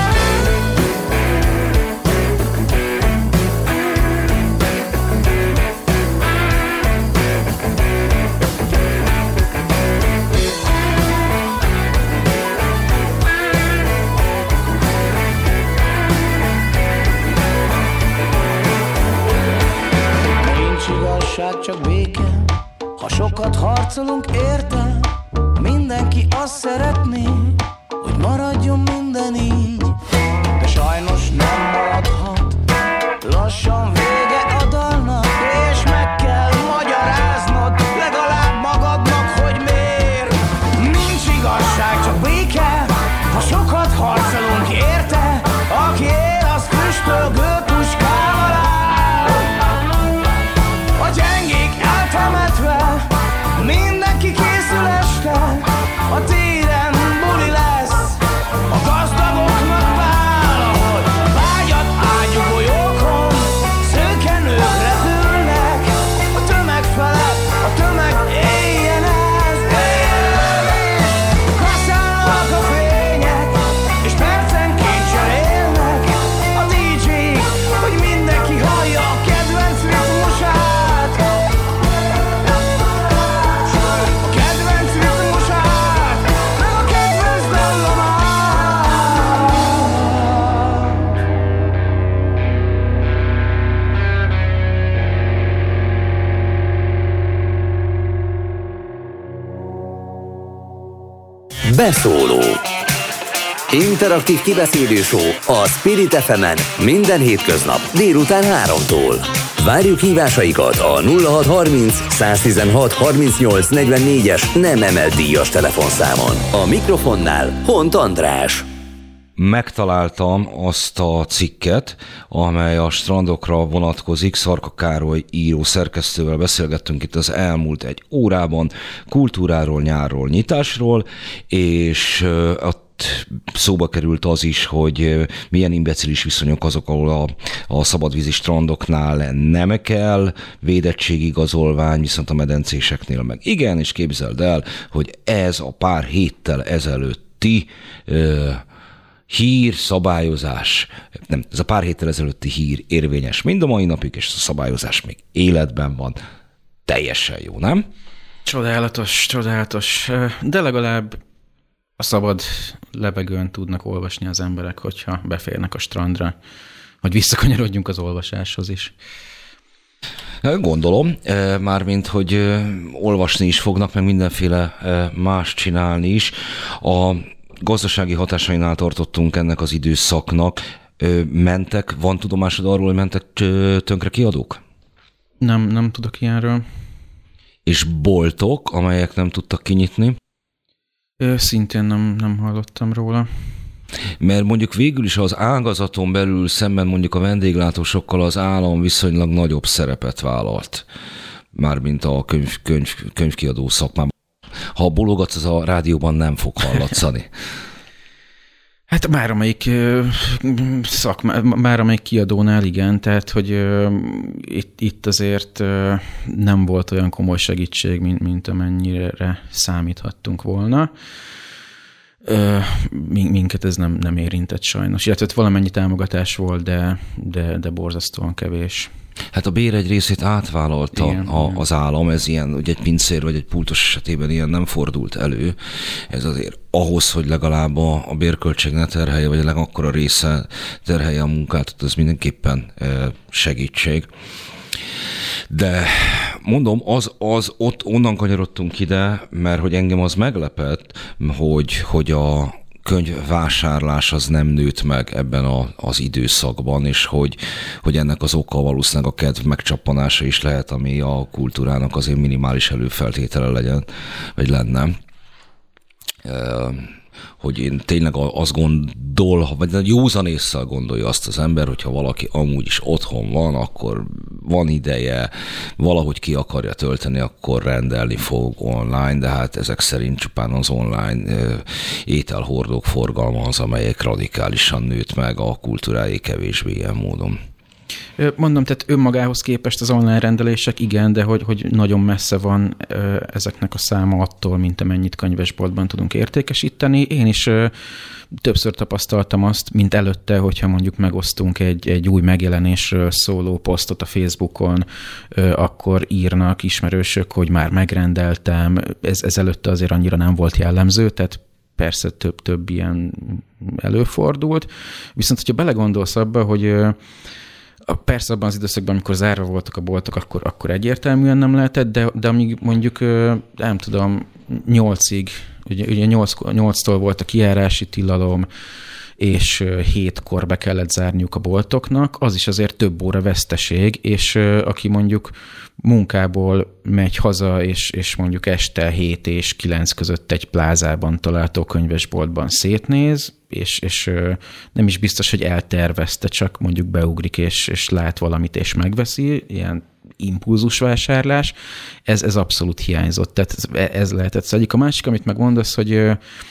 Nincs igazság, csak béke, ha sokat harcolunk érte. Mindenki azt szeretné, hogy maradjon minden így, de sajnos nem maradhat. Lassan vége a dalnak, és meg kell magyaráznod legalább magadnak, hogy miért. Nincs igazság, csak béke, ha sokat harcolunk érte. Aki él, az füstöl gőpuskával áll. A gyengék eltemetve, mindenki készül este. A téren buli lesz, a gazdagoknak vál, ahol vágyat ágyú golyókon szőke nők repülnek. A tömeg felett, a tömeg éljen ez, kaszálnak a fények, és percenként cserélnek a DJ-k, hogy mindenki hallja a kedvenc ritmusát. A kedvenc ritmusát, meg a kedvenc dallamát. Beszóló. Interaktív kibeszélő show a Spirit FM-en minden hétköznap délután 3-tól. Várjuk hívásaikat a 0630 116 38 44-es nem emelt díjas telefonszámon. A mikrofonnál Hont András. Megtaláltam azt a cikket, amely a strandokra vonatkozik. Szarka Károly író szerkesztővel beszélgettünk itt az elmúlt egy órában kultúráról, nyárról, nyitásról, és szóba került az is, hogy milyen imbecilis viszonyok azok, ahol a szabadvízi strandoknál nem kell védettségigazolvány, viszont a medencéseknél meg igen, és képzeld el, hogy ez a pár héttel ezelőtti hír, szabályozás, nem, ez a pár héttel ezelőtti hír érvényes mind a mai napig, és a szabályozás még életben van. Teljesen jó, nem? Csodálatos, csodálatos. De legalább a szabad levegőn tudnak olvasni az emberek, hogyha beférnek a strandra, hogy visszakanyarodjunk az olvasáshoz is. Gondolom, mármint, hogy olvasni is fognak, meg mindenféle más csinálni is. A gazdasági hatásainál tartottunk ennek az időszaknak. Mentek, van tudomásod arról, hogy mentek tönkre kiadók? Nem tudok ilyenről. És boltok, amelyek nem tudtak kinyitni? Szintén nem hallottam róla. Mert mondjuk végül is az ágazaton belül szemben mondjuk a vendéglátósokkal az állam viszonylag nagyobb szerepet vállalt. Mármint a könyvkiadó szakmában. Ha bologatsz, az a rádióban nem fog hallatszani. Hát már amelyik kiadónál igen, tehát hogy itt azért nem volt olyan komoly segítség, mint amennyire számíthattunk volna. Minket ez nem érintett sajnos. Illetve valamennyi támogatás volt, de borzasztóan kevés. Hát a bér egy részét átvállalta az állam, ez ilyen, ugye egy pincér vagy egy pultos esetében ilyen nem fordult elő. Ez azért ahhoz, hogy legalább a bérköltség ne terhelje, vagy a legakkora része terhelje a munkát, ez mindenképpen segítség. De mondom, ott onnan kanyarodtunk ide, mert hogy engem az meglepett, hogy a könyvvásárlás az nem nőtt meg ebben az időszakban, és hogy ennek az oka valószínűleg a kedv megcsappanása is lehet, ami a kultúrának azért minimális előfeltétele legyen, vagy lenne. Hogy én tényleg azt vagy józan ésszel gondolja azt az ember, hogyha valaki amúgy is otthon van, akkor van ideje, valahogy ki akarja tölteni, akkor rendelni fog online, de hát ezek szerint csupán az online ételhordók forgalma az, amelyek radikálisan nőtt meg, a kultúráé kevésbé ilyen módon. Mondom, tehát önmagához képest az online rendelések igen, de hogy nagyon messze van ezeknek a száma attól, mint amennyit könyvesboltban tudunk értékesíteni. Én is többször tapasztaltam azt, mint előtte, hogyha mondjuk megosztunk egy új megjelenésről szóló posztot a Facebookon, akkor írnak ismerősök, hogy már megrendeltem. Ez előtte azért annyira nem volt jellemző, tehát persze több ilyen előfordult. Viszont, hogyha belegondolsz abba, hogy persze abban az időszakban, amikor zárva voltak a boltok, akkor egyértelműen nem lehetett, de amíg mondjuk, nem tudom, 8-ig, ugye 8-tól volt a kijárási tilalom, és 7-kor be kellett zárniuk a boltoknak, az is azért több óra veszteség, és aki mondjuk munkából megy haza, és mondjuk este 7 és 9 között egy plázában található könyvesboltban szétnéz, és nem is biztos, hogy eltervezte, csak mondjuk beugrik, és lát valamit, és megveszi, ilyen impulzusvásárlás, ez abszolút hiányzott, tehát ez lehetett egyik. A másik, amit megmondasz, hogy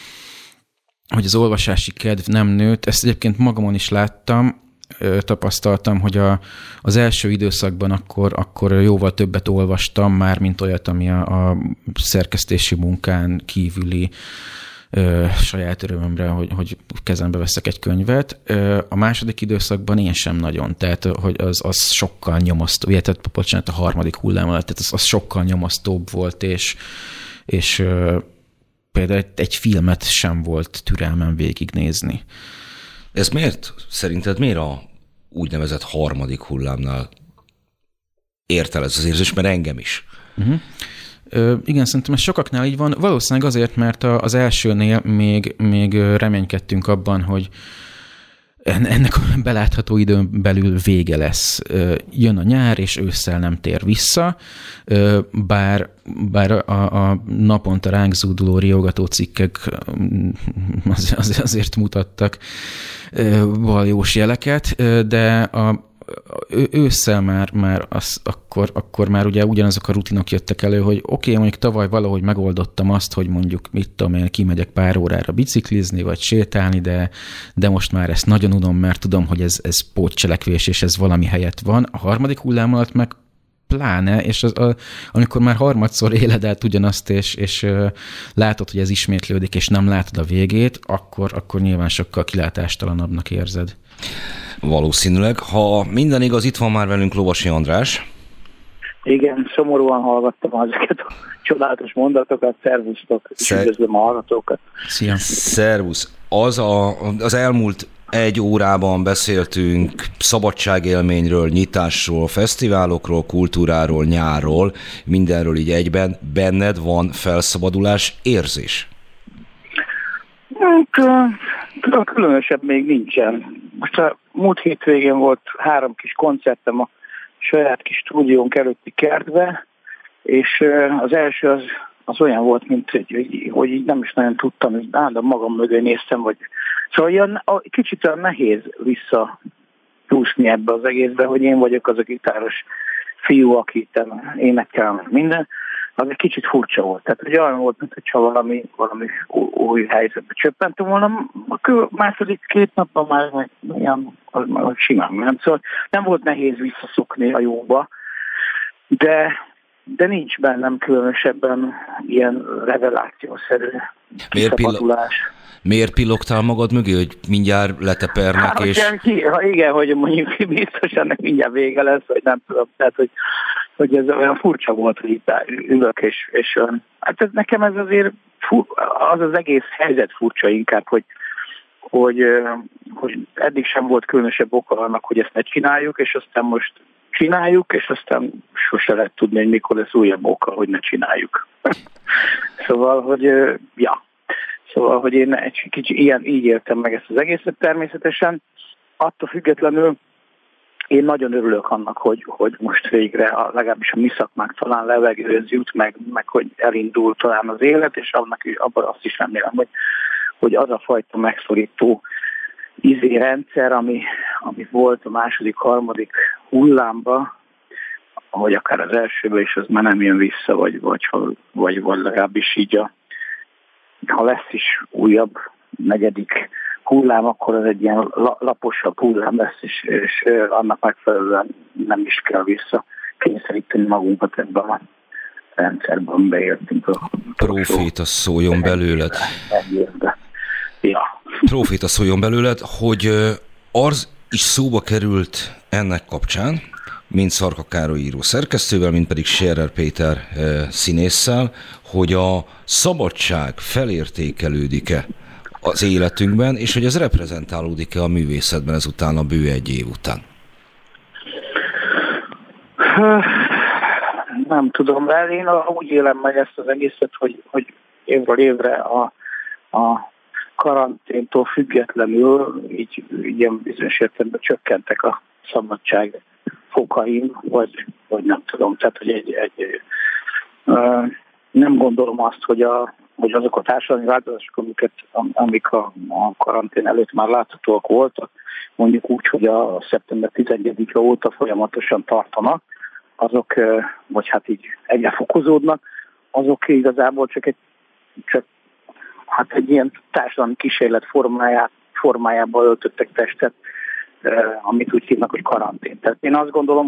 az olvasási kedv nem nőtt, ezt egyébként magamon is láttam, tapasztaltam, hogy az első időszakban akkor jóval többet olvastam már, mint olyat, ami a szerkesztési munkán kívüli saját örömömre, hogy kezembe veszek egy könyvet. A második időszakban én sem nagyon, tehát hogy az sokkal nyomasztó, tehát bocsánat, a harmadik hullám alatt, tehát az sokkal nyomasztóbb volt, és például egy filmet sem volt türelmem végignézni. Ez miért? Szerinted miért a úgynevezett harmadik hullámnál ért el ez az érzés, mert engem is? Igen, szerintem ez sokaknál így van. Valószínűleg azért, mert az elsőnél még reménykedtünk abban, hogy ennek a belátható időn belül vége lesz. Jön a nyár, és ősszel nem tér vissza, bár a naponta ránk zúduló riogató cikkek azért mutattak baljós jeleket, de ősszel már akkor már ugye ugyanazok a rutinok jöttek elő, hogy oké, mondjuk tavaly valahogy megoldottam azt, hogy mondjuk mit tudom én, kimegyek pár órára biciklizni, vagy sétálni, de most már ezt nagyon unom, mert tudom, hogy ez pótcselekvés, és ez valami helyett van. A harmadik hullám alatt meg pláne, és amikor már harmadszor éled át ugyanazt, és látod, hogy ez ismétlődik, és nem látod a végét, akkor nyilván sokkal kilátástalanabbnak érzed. Valószínűleg. Ha minden igaz, itt van már velünk Lovasi András. Igen, szomorúan hallgattam ezeket a csodálatos mondatokat. Szervusztok, és üdvözlöm a hallgatókat. Szia! Szervusz! Az elmúlt egy órában beszéltünk szabadságélményről, nyitásról, fesztiválokról, kultúráról, nyárról, mindenről így egyben. Benned van felszabadulás érzés? Különösebb még nincsen. Most a múlt hétvégén volt 3 kis koncertem a saját kis stúdiónk előtti kertbe, és az első az olyan volt, mint hogy így nem is nagyon tudtam, hogy állandóan magam mögé néztem, vagy szóval ilyen, kicsit olyan nehéz visszacsúszni ebbe az egészbe, hogy én vagyok az a gitáros fiú, aki énekel minden. Az egy kicsit furcsa volt. Tehát ugye olyan volt, mintha valami új helyzetbe csöppentem volna. A második 2 napban már ilyen simán nem. Szóval nem volt nehéz visszaszokni a jóba, de nincs bennem különösebben ilyen revelációszerű kiszabadulás. Miért pillogtál magad mögé, hogy mindjárt letepernek? Igen, hogy mondjuk biztos ennek mindjárt vége lesz, vagy nem tudom. Tehát, hogy ez olyan furcsa volt, hogy itt ülök, és hát ez nekem ez azért az egész helyzet furcsa inkább, hogy eddig sem volt különösebb oka annak, hogy ezt ne csináljuk, és aztán most csináljuk, és aztán sose lehet tudni, hogy mikor lesz újabb oka, hogy ne csináljuk. Szóval, hogy én egy kicsit így éltem meg ezt az egészet természetesen. Attól függetlenül én nagyon örülök annak, hogy most végre legalábbis a mi szakmák talán levegőhöz jut, meg hogy elindul talán az élet, és abban azt is remélem, hogy az a fajta megszorító rendszer, ami volt a második, harmadik hullámban, vagy akár az elsőben is, az már nem jön vissza, vagy legalábbis így ha lesz is újabb negyedik hullám, akkor az egy ilyen laposabb hullám lesz, és annak megfelelően nem is kell visszakényszeríteni magunkat ebben a rendszerben, beértünk. Próféta szóljon belőled. Ja. Próféta szóljon belőled, hogy az is szóba került ennek kapcsán, mind Szarka Károly író szerkesztővel, mind pedig Scherer Péter színésszel, hogy a szabadság felértékelődik-e az életünkben, és hogy ez reprezentálódik-e a művészetben ezután a bő egy év után? Nem tudom, mert én úgy élem meg ezt az egészet, hogy évről évre a karanténtól függetlenül így ilyen bizonyos értelemben csökkentek a szabadság fokaim, vagy nem tudom. Tehát, hogy nem gondolom azt, hogy azok a társadalmi változások, amik a karantén előtt már láthatóak voltak, mondjuk úgy, hogy a szeptember 11-e óta folyamatosan tartanak, azok, vagy hát így egyre fokozódnak, azok igazából csak egy ilyen társadalmi kísérlet formájába öltöttek testet, amit úgy hívnak, hogy karantén. Tehát én azt gondolom,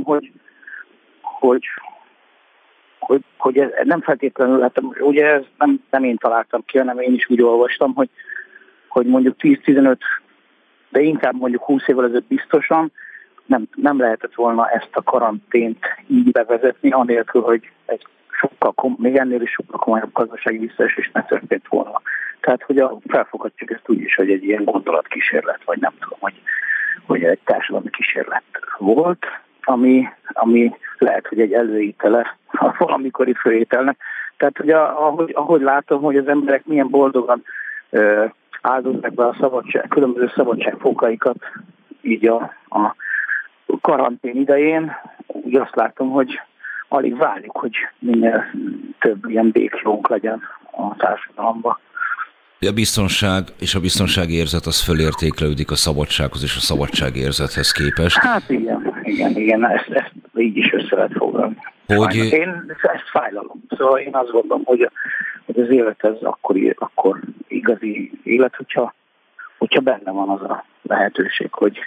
hogy ez nem feltétlenül, hát ugye ez nem én találtam ki, hanem én is úgy olvastam, hogy mondjuk 10-15, de inkább mondjuk 20 évvel ezelőtt biztosan nem lehetett volna ezt a karantént így bevezetni, anélkül, hogy még ennél is sokkal komolyabb gazdasági visszaesés ne történt volna. Tehát, hogy felfoghatjuk ezt úgy is, hogy egy ilyen gondolatkísérlet, vagy nem tudom, hogy egy társadalmi kísérlet volt, ami lehet, hogy egy előítele a valamikori főételnek. Tehát, hogy ahogy látom, hogy az emberek milyen boldogan áldozzák be a különböző szabadságfokaikat így a karantén idején, úgy azt látom, hogy alig várjuk, hogy minél több ilyen békjónk legyen a társadalomban. A biztonság és a biztonságérzet az fölértékelődik a szabadsághoz és a szabadságérzethez képest. Hát igen, ezt így is össze lehet foglalni. Ezt fájlalom. Szóval én azt gondolom, hogy az élet ez akkor igazi élet, hogyha benne van az a lehetőség, hogy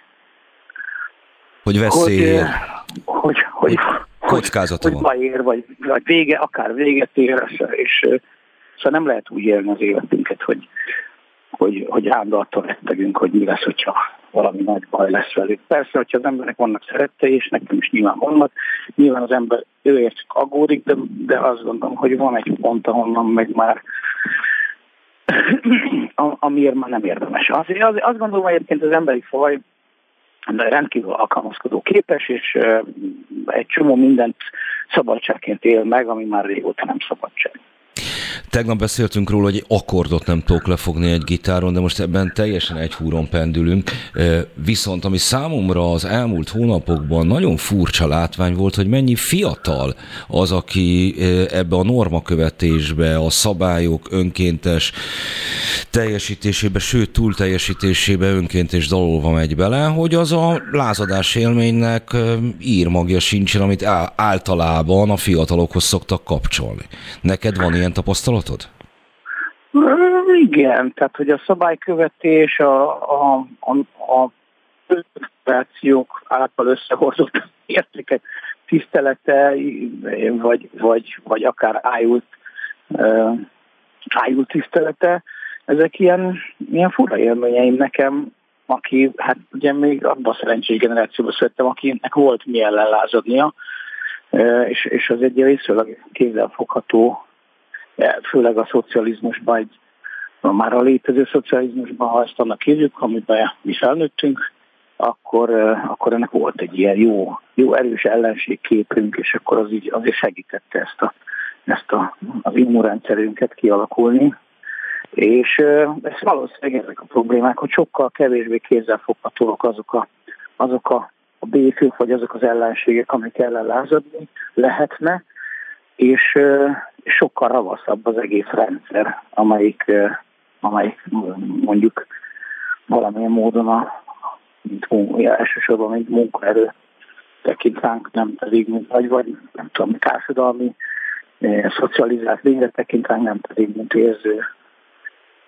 veszély, hogy kockázata van. Bajér, vagy vége, akár véget ér, és szóval nem lehet úgy élni az életünket, hogy állandóan rettegünk, hogy mi lesz, hogyha valami nagy baj lesz velük. Persze, hogyha az embernek vannak szerettei, és nekem is nyilván vannak, nyilván az ember őért csak aggódik, de azt gondolom, hogy van egy pont, ahonnan meg már amiért már nem érdemes. Azt gondolom, hogy egyébként az emberi faj rendkívül alkalmazkodó képes, és egy csomó mindent szabadságként él meg, ami már régóta nem szabadság. Tegnap beszéltünk róla, hogy egy akkordot nem tudok lefogni egy gitáron, de most ebben teljesen egy húron pendülünk. Viszont ami számomra az elmúlt hónapokban nagyon furcsa látvány volt, hogy mennyi fiatal az, aki ebbe a normakövetésbe, a szabályok önkéntes teljesítésébe, sőt túlteljesítésébe önkéntes dalolva megy bele, hogy az a lázadás élménynek írmagja sincsen, amit általában a fiatalokhoz szoktak kapcsolni. Neked van ilyen tapasztalatod? Igen, tehát hogy a szabálykövetés, a operációk által összehozott értékek tisztelete, vagy akár ájult tisztelete, ezek ilyen fura élményeim nekem, aki, hát ugye még abban a szerencsés generációban születtem, akinek volt mi ellen lázadnia, és az egy részről kézzelfogható, főleg a szocializmusban, már a létező szocializmusban, ha ezt annak hívjuk, amiben mi felnőttünk, akkor ennek volt egy ilyen jó erős ellenségképünk, és akkor azért segítette az immunrendszerünket kialakulni. És ez valószínűleg ezek a problémák, hogy sokkal kevésbé kézzelfoghatóak azok a békők, vagy azok az ellenségek, amik ellen lázadni lehetne, és sokkal ravaszabb az egész rendszer, amelyik mondjuk valamilyen módon elsősorban mint munkaerő tekint ránk, nem pedig vagy nem tudom, társadalmi szocializált lényre tekint ránk, nem pedig mint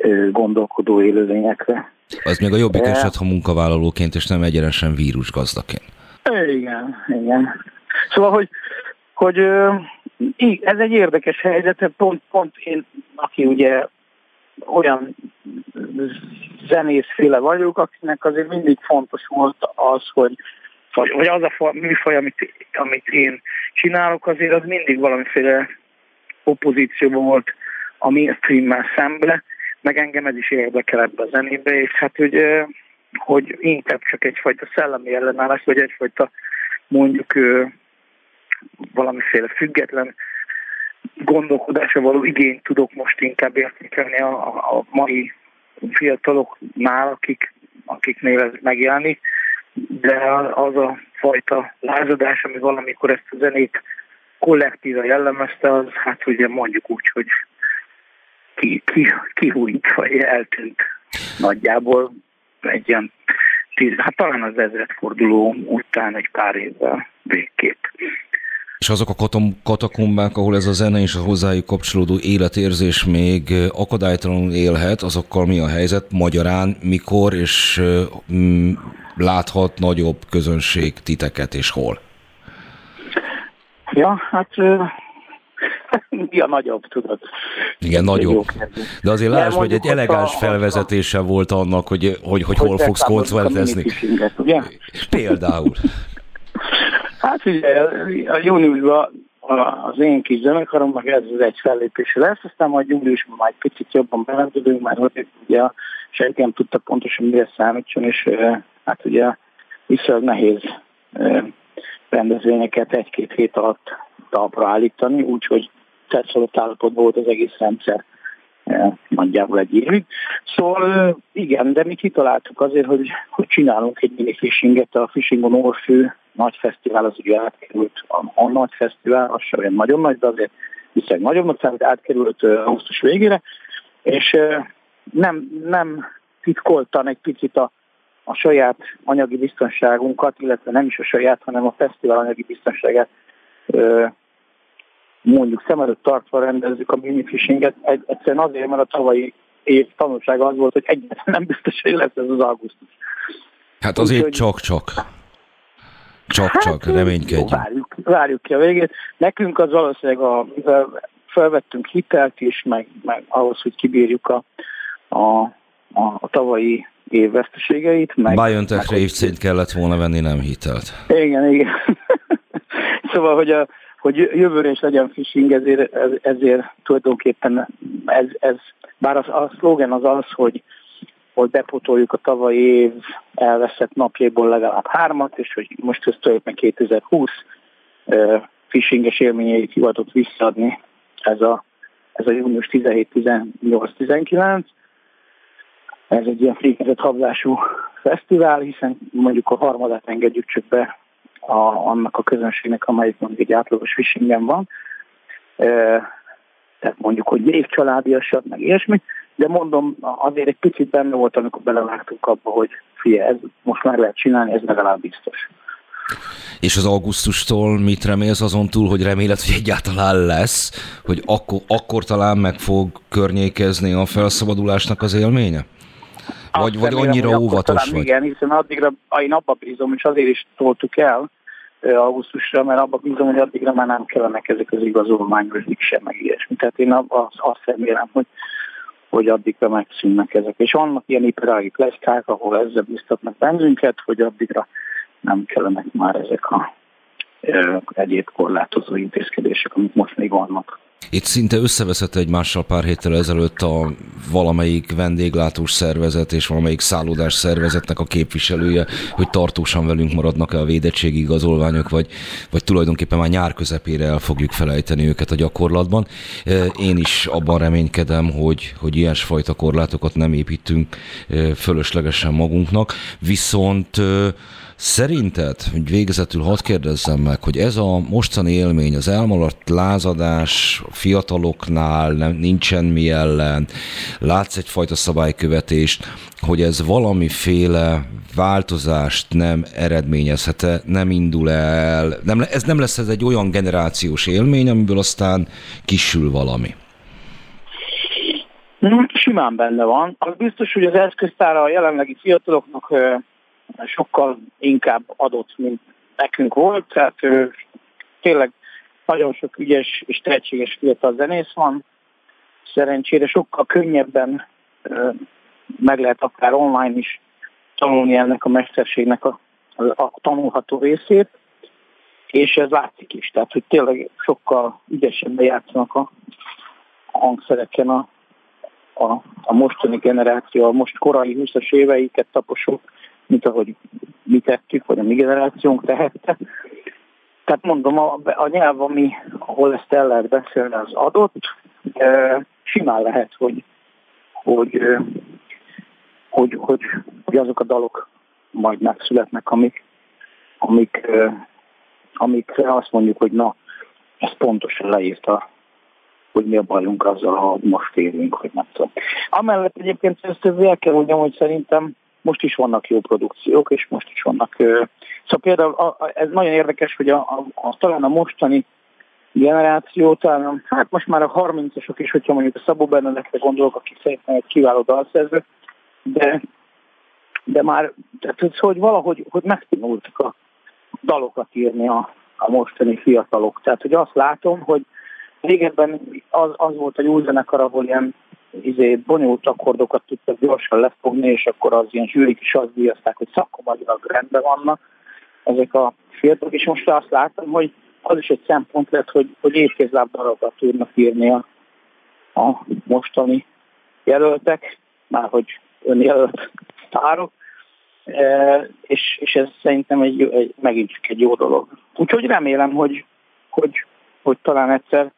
gondolkodó élőlényekre. Az még a jobbik eset, ha munkavállalóként, és nem egyenesen vírusgazdaként. Igen. Szóval, hogy ez egy érdekes helyzet, pont én, aki ugye olyan zenészféle vagyok, akinek azért mindig fontos volt az, hogy az a műfaj, amit én csinálok, azért az mindig valamiféle opozícióban volt a mainstreammel szembe, meg engem ez is érdekel ebbe a zenébe, és hát hogy inkább csak egyfajta szellemi ellenállás, vagy egyfajta mondjuk valamiféle független gondolkodásra való igényt tudok most inkább értékelni a mai fiataloknál, akiknél ez megjelenik, de az a fajta lázadás, ami valamikor ezt a zenét kollektíva jellemezte, az hát ugye mondjuk úgy, hogy kihújt, vagy eltűnt nagyjából egy ilyen hát talán az ezredforduló után egy pár évvel végképp. És azok a katakombák, ahol ez a zene és a hozzájuk kapcsolódó életérzés még akadálytalanul élhet, azokkal mi a helyzet? Magyarán mikor és láthat nagyobb közönség titeket és hol? Ja, hát mi a nagyobb, tudod? Igen, nagyobb. De azért lásd, hogy egy elegáns felvezetése volt annak, hogy hol fogsz koncertezni. Például. Hát ugye a júniusban az én kis zenekaromnak ez az egy fellépése lesz, aztán majd júliusban már egy picit jobban belendülünk, mert ugye senki nem tudta pontosan mire számítson, és hát ugye viszonylag nehéz rendezvényeket egy-két hét alatt talpra állítani, úgyhogy tetszolott állapotban volt az egész rendszer nagyjából egy évig. Szóval igen, de mi kitaláltuk azért, hogy csinálunk egy mini fishinget, a Fishingon Orfű nagy fesztivál, az ugye átkerült, a nagy fesztivál, az sem olyan nagyon nagy, de azért viszont nagyobbnak számít, átkerült augusztus végére, és nem titkoltan egy picit a saját anyagi biztonságunkat, illetve nem is a saját, hanem a fesztivál anyagi biztonságát mondjuk szem előtt tartva rendezzük a mini-fishinget. Egyszerűen azért, mert a tavalyi év tanulsága az volt, hogy egyáltalán nem biztos, hogy lesz ez az augusztus. Hát azért csak. Csak, reménykedjünk. Várjuk ki a végét. Nekünk az valószínűleg, mivel felvettünk hitelt is, meg ahhoz, hogy kibírjuk a tavalyi év veszteségeit. BioNTech évcényt kellett volna venni, nem hitelt. Igen. Szóval, hogy jövőre is legyen phishing, ezért tulajdonképpen ez bár a szlogen az, hogy bepótoljuk a tavalyi év elveszett napjaiból legalább 3, és hogy most köztöltjük meg 2020 phishinges élményeit hivatott visszaadni ez a június 17-18-19. Ez egy ilyen fékezett habzású fesztivál, hiszen mondjuk a harmadát engedjük csak be annak a közönségnek, amelyik mondjuk egy átlagos phishingen van. Tehát mondjuk, hogy évcsaládiasat, meg ilyesmi, de mondom, azért egy picit benne volt, amikor belevágtunk abba, hogy figyelj, ez most már lehet csinálni, ez legalább biztos. És az augusztustól mit remélsz azon túl, hogy reméled, hogy egyáltalán lesz, hogy akkor talán meg fog környékezni a felszabadulásnak az élménye? Vagy annyira óvatos vagy? Igen, hiszen addigra én abba bízom, és azért is toltuk el augusztusra, mert abba bízom, hogy addigra már nem kellenek ezek az igazolmányos sem, meg ilyesmi. Tehát én azt remélem, hogy addigra megszűnnek ezek. És vannak ilyen iparági pletykák, ahol ezzel biztatnak bennünket, hogy addigra nem kellenek már ezek a egyéb korlátozó intézkedések, amik most még vannak. Itt szinte összeveszett egymással pár héttel ezelőtt a valamelyik vendéglátós szervezet és valamelyik szállodás szervezetnek a képviselője, hogy tartósan velünk maradnak-e a védettségi igazolványok, vagy tulajdonképpen már nyár közepére el fogjuk felejteni őket a gyakorlatban. Én is abban reménykedem, hogy ilyesfajta korlátokat nem építünk fölöslegesen magunknak, viszont szerinted, hogy végezetül hadd kérdezzem meg, hogy ez a mostani élmény, az elmaradt lázadás fiataloknál nincsen mi ellen, látsz egyfajta szabálykövetést, hogy ez valamiféle változást nem eredményezhet-e, nem indul el, ez nem lesz ez egy olyan generációs élmény, amiből aztán kisül valami? Simán benne van. Az biztos, hogy az eszköztára a jelenlegi fiataloknak sokkal inkább adott, mint nekünk volt. Tehát tényleg nagyon sok ügyes és tehetséges fiatal zenész van. Szerencsére sokkal könnyebben meg lehet akár online is tanulni ennek a mesterségnek a tanulható részét, és ez látszik is. Tehát, hogy tényleg sokkal ügyesebben játszanak a hangszereken a mostani generáció, a most korai 20-as éveiket taposok, mint ahogy mi tettük, vagy a mi generációnk tehette. Tehát mondom, a nyelv, ahol ezt el lehet beszélni, az adott. Simán lehet, hogy azok a dalok majd megszületnek, amikre azt mondjuk, hogy na, ez pontosan leírta, hogy mi a bajunk azzal, ha most élünk, hogy nem tudom. Amellett egyébként ezt el kell mondjam, hogy szerintem most is vannak jó produkciók, és most is vannak... Szóval például ez nagyon érdekes, hogy talán a mostani generáció, talán hát most már a 30-asok is, hogyha mondjuk a Szabó Bernadettre gondolok, aki szerintem egy kiváló dalszerző, de már, tehát, hogy valahogy hogy megtanultak a dalokat írni a mostani fiatalok. Tehát, hogy azt látom, hogy régebben az volt a jó zenekar, ahol ilyen bonyolult akkordokat tudtak gyorsan lefogni, és akkor az ilyen zsűrik is azt díjazták, hogy szakmailag rendben vannak ezek a fiatalok, és most azt látom, hogy az is egy szempont lett, hogy évkézlábdalokat tudnak írni a mostani jelöltek, már hogy önjelölt sztárok, és ez szerintem megint csak egy jó dolog. Úgyhogy remélem, hogy talán egyszer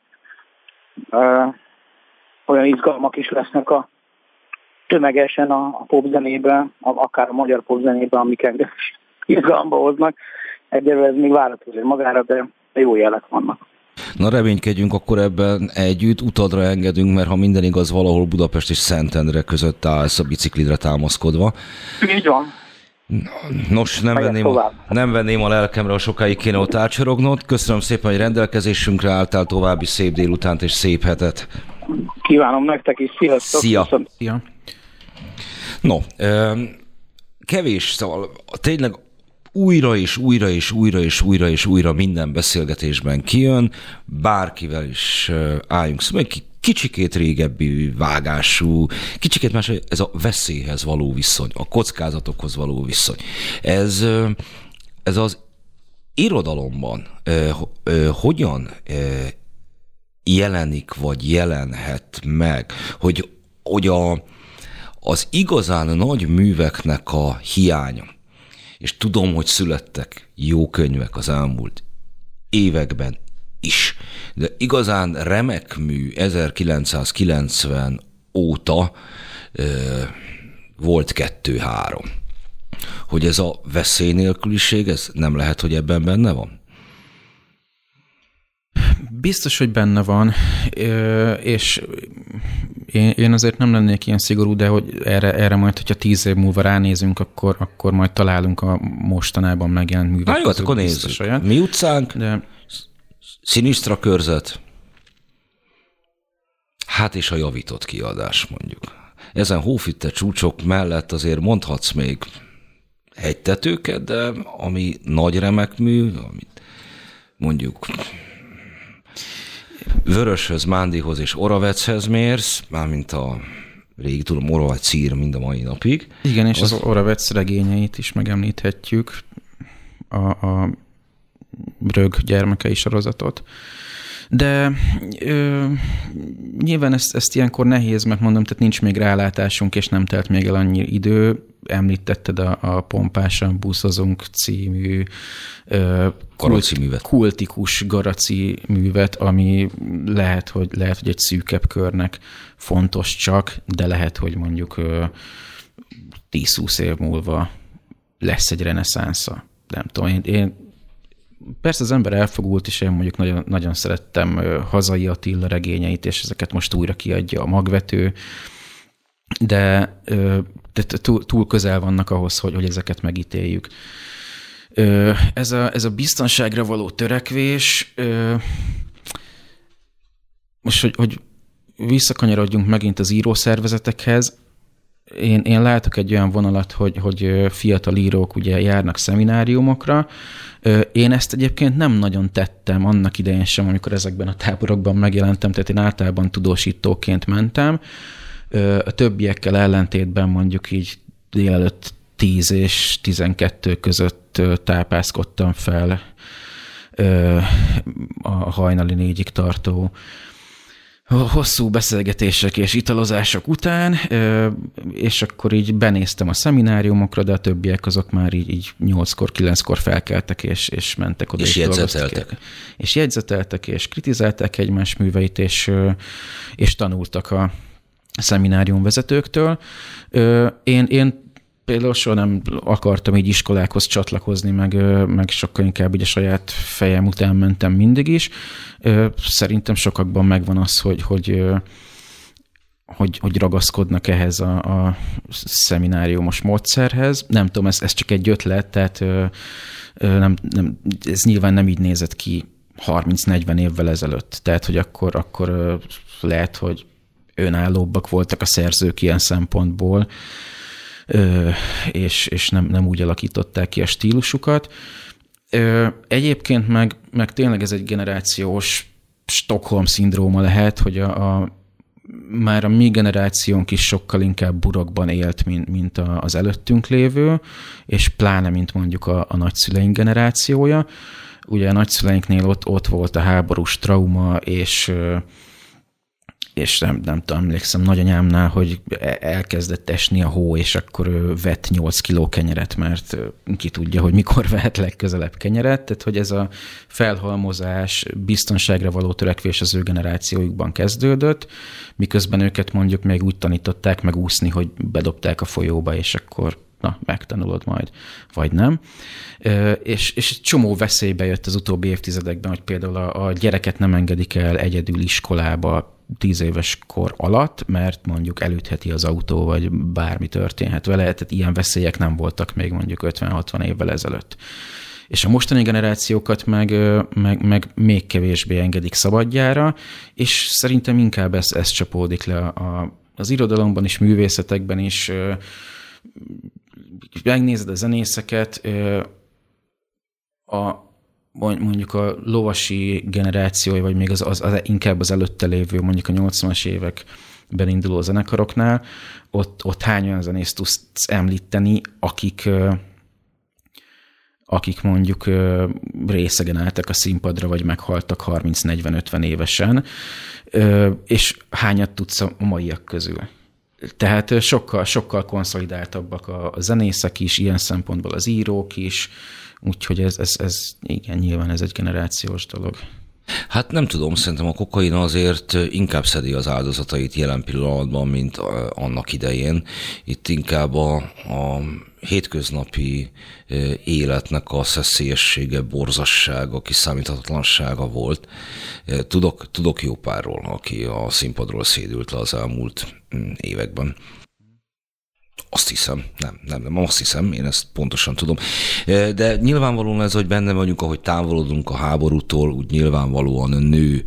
olyan izgalmak is lesznek a tömegesen a popzenében, akár a magyar popzenében, amik engem izgalomba hoznak. Egyelőre ez még várakozó magára, de jó jelek vannak. Na reménykedjünk akkor ebben együtt, utadra engedünk, mert ha minden igaz, valahol Budapest és Szentendre között állsz a biciklidre támaszkodva. Így van. Nos, nem venném a lelkemre, ha sokáig kéne ott átcsorognod. Köszönöm szépen, hogy rendelkezésünkre álltál, további szép délutánt és szép hetet. Kívánom nektek is, sziasztok! Szia! No, kevés, szóval tényleg újra minden beszélgetésben kijön, bárkivel is álljunk szóval kicsikét régebbi vágású, kicsikét más, ez a veszélyhez való viszony, a kockázatokhoz való viszony. Ez az irodalomban hogyan jelenik, vagy jelenhet meg, hogy az igazán nagy műveknek a hiánya, és tudom, hogy születtek jó könyvek az elmúlt években is, de igazán remek mű 1990 óta volt 2-3. Hogy ez a veszély nélküliség, ez nem lehet, hogy ebben benne van? Biztos, hogy benne van, és én azért nem lennék ilyen szigorú, de hogy erre majd, hogyha 10 év múlva ránézünk, akkor majd találunk a mostanában megjelent művek. Jó, akkor nézzük. Mi utcánk, de... Szinisztra körzet, hát és a javított kiadás mondjuk. Ezen hófitte csúcsok mellett azért mondhatsz még hegytetőket, de ami nagy remek mű, amit mondjuk Vöröshöz, Mándihoz és Oravechez mérsz, mármint a régi, tudom, Oravec ír mind a mai napig. Igen, és az Oravec regényeit is megemlíthetjük, a Rög gyermekei sorozatot. De nyilván ezt ilyenkor nehéz, mert mondom, tehát nincs még rálátásunk, és nem telt még el annyi idő. Említetted a Pompásan buszozunk című kultikus Garaci művet, ami lehet, hogy egy szűkebb körnek fontos csak, de lehet, hogy mondjuk 10-20 év múlva lesz egy reneszánsza. Nem tudom, én persze az ember elfogult, és én mondjuk nagyon, nagyon szerettem Hazai Attila regényeit, és ezeket most újra kiadja a Magvető, de túl közel vannak ahhoz, hogy ezeket megítéljük. Ez a biztonságra való törekvés, most, hogy visszakanyarodjunk megint az írószervezetekhez. Én látok egy olyan vonalat, hogy fiatal írók ugye járnak szemináriumokra. Én ezt egyébként nem nagyon tettem annak idején sem, amikor ezekben a táborokban megjelentem, tehát én általában tudósítóként mentem. A többiekkel ellentétben mondjuk így délelőtt 10 és 12 között tápászkodtam fel a hajnali 4-ig tartó hosszú beszélgetések és italozások után, és akkor így benéztem a szemináriumokra, de a többiek azok már így 8-kor, 9-kor felkeltek, és mentek oda. És jegyzeteltek. És jegyzeteltek, és kritizálták egymás műveit, és tanultak a szemináriumvezetőktől. Én például soha nem akartam így iskolákhoz csatlakozni, meg sokkal inkább így a saját fejem után mentem mindig is. Szerintem sokakban megvan az, hogy ragaszkodnak ehhez a szemináriumos módszerhez. Nem tudom, ez csak egy ötlet, tehát ez nyilván nem így nézett ki 30-40 évvel ezelőtt. Tehát, hogy akkor lehet, hogy önállóbbak voltak a szerzők ilyen szempontból, és nem úgy alakították ki a stílusukat. Egyébként meg tényleg ez egy generációs Stockholm-szindróma lehet, hogy már a mi generációnk is sokkal inkább burokban élt, mint az előttünk lévő, és pláne, mint mondjuk a nagyszüleink generációja. Ugye a nagyszüleinknél ott volt a háborús trauma, és nem tudom, emlékszem nagyanyámnál, hogy elkezdett esni a hó, és akkor ő vett 8 kiló kenyeret, mert ki tudja, hogy mikor vehet legközelebb kenyeret. Tehát, hogy ez a felhalmozás, biztonságra való törekvés az ő generációjukban kezdődött, miközben őket mondjuk még úgy tanították meg úszni, hogy bedobták a folyóba, és akkor megtanulod majd, vagy nem. És egy csomó veszélybe jött az utóbbi évtizedekben, hogy például a gyereket nem engedik el egyedül iskolába 10 éves kor alatt, mert mondjuk elütheti az autó, vagy bármi történhet vele, tehát ilyen veszélyek nem voltak még mondjuk 50-60 évvel ezelőtt. És a mostani generációkat meg még kevésbé engedik szabadjára, és szerintem inkább ez csapódik le az irodalomban is, művészetekben is. Megnézed a zenészeket, mondjuk a lovasi generációja, vagy még inkább az előtte lévő, mondjuk a 80-as években induló zenekaroknál, ott hány olyan zenészt tudsz említeni, akik mondjuk részegen álltak a színpadra, vagy meghaltak 30-40-50 évesen, és hányat tudsz a maiak közül. Tehát sokkal konszolidáltabbak a zenészek is, ilyen szempontból az írók is, úgyhogy ez igen, nyilván ez egy generációs dolog. Hát nem tudom, szerintem a kokain azért inkább szedi az áldozatait jelen pillanatban, mint annak idején. Itt inkább a hétköznapi életnek a szeszélyessége, borzassága, kiszámíthatatlansága volt. Tudok jó párról, aki a színpadról szédült le az elmúlt években. Azt hiszem, nem azt hiszem, én ezt pontosan tudom. De nyilvánvalóan ez, hogy benne vagyunk, ahogy távolodunk a háborútól, úgy nyilvánvalóan nő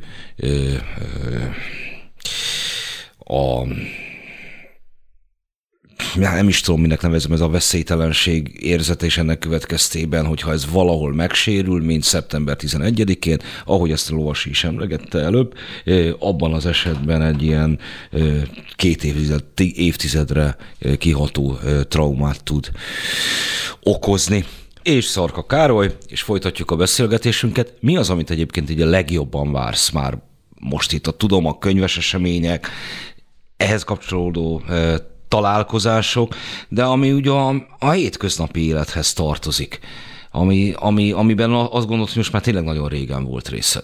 nem is tudom, minek nevezem, ez a veszélytelenség érzete, és ennek következtében, hogyha ez valahol megsérül, mint szeptember 11-én, ahogy ezt a Lovasi is emlegette előbb, abban az esetben egy ilyen 2 évtizedre kiható traumát tud okozni. És Szarka Károly, és folytatjuk a beszélgetésünket. Mi az, amit egyébként így a legjobban vársz már most itt? Tudom, a könyves események, ehhez kapcsolódó találkozások, de ami ugye a hétköznapi élethez tartozik, amiben azt gondolod, hogy most már tényleg nagyon régen volt részed.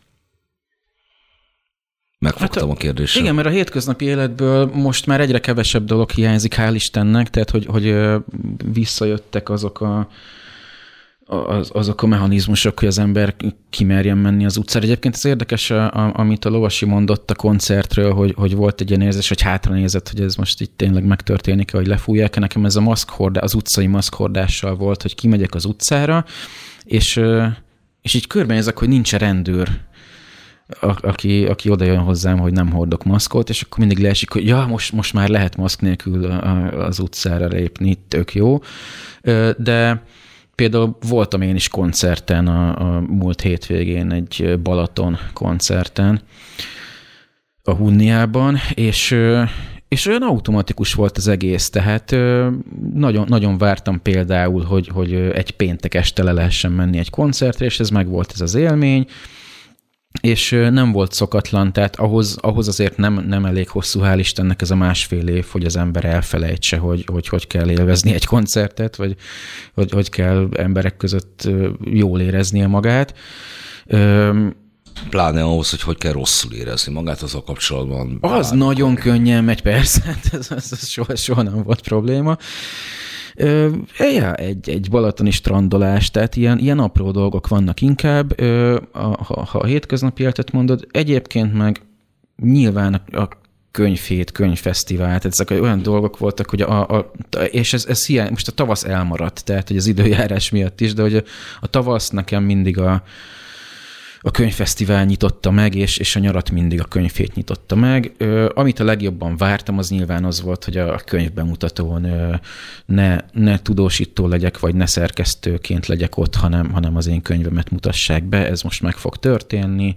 Megfogtam a kérdéssel. Igen, mert a hétköznapi életből most már egyre kevesebb dolog hiányzik, hál' Istennek, tehát hogy visszajöttek azok a mechanizmusok, hogy az ember kimerjen menni az utcára. Egyébként ez érdekes, amit a Lovasi mondott a koncertről, hogy volt egy ilyen érzés, hogy hátranézett, hogy ez most itt tényleg megtörténik, hogy lefújják. Nekem ez a maszkhordás, az utcai maszkhordással volt, hogy kimegyek az utcára, és így körbenézek, hogy nincs rendőr. aki oda jön hozzám, hogy nem hordok maszkot, és akkor mindig leesik, hogy ja, most már lehet maszk nélkül az utcára lépni, tök jó. De például voltam én is koncerten a múlt hétvégén, egy Balaton koncerten a Hunniában, és olyan automatikus volt az egész, tehát nagyon, nagyon vártam például, hogy egy péntek este le lehessen menni egy koncertre, és ez meg volt ez az élmény, és nem volt szokatlan, tehát ahhoz azért nem elég hosszú, hál' Istennek ez a 1,5 év, hogy az ember elfelejtse, hogy kell élvezni egy koncertet, vagy hogy kell emberek között jól éreznie magát. Pláne ahhoz, hogy kell rosszul érezni magát, azzal kapcsolatban. Az nagyon könnyen megy, persze, ez soha nem volt probléma. Egy balatoni strandolás, tehát ilyen apró dolgok vannak inkább, ha a hétköznapi életet mondod. Egyébként meg nyilván a könyvhét, könyvfesztivál, tehát ezek olyan dolgok voltak, hogy és ez hiány, most a tavasz elmaradt, tehát hogy az időjárás miatt is, de hogy a tavasz nekem mindig a könyvfesztivál nyitotta meg, és a nyarat mindig a könyvhét nyitotta meg. Amit a legjobban vártam, az nyilván az volt, hogy a könyvbemutatón ne tudósító legyek, vagy ne szerkesztőként legyek ott, hanem az én könyvemet mutassák be. Ez most meg fog történni.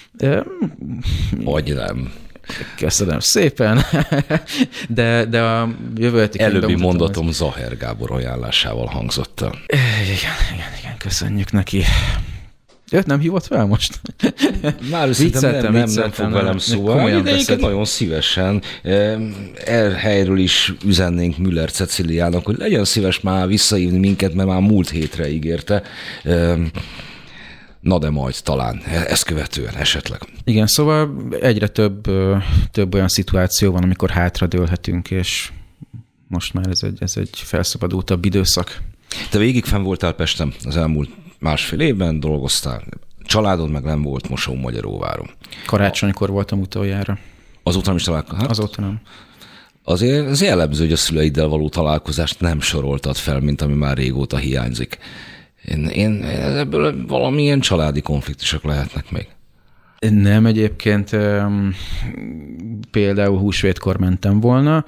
Vagy nem. Köszönöm szépen. De a jövő heti előbbi mondatom Zahár Gábor ajánlásával hangzott el. Igen, köszönjük neki. Őt nem hívott fel most? Már szerintem nem fog velem szóval, de egyébként nagyon szívesen. Helyről is üzennénk Müller Ceciliának, hogy legyen szíves már visszahívni minket, mert már múlt hétre ígérte. Na de majd talán ezt követően esetleg. Igen, szóval egyre több olyan szituáció van, amikor hátradőlhetünk, és most már ez egy felszabadultabb időszak. Te végig fenn voltál Pesten az elmúlt 1,5 évben, dolgoztál. Családod meg nem volt Mosonmagyaróváron. Karácsonykor voltam utoljára. Azóta nem is találkoztál? Azóta nem. Azért ez jellemző, hogy a szüleiddel való találkozást nem soroltad fel, mint ami már régóta hiányzik. Én ebből valamilyen családi konfliktusok lehetnek még. Nem, egyébként például húsvétkor mentem volna,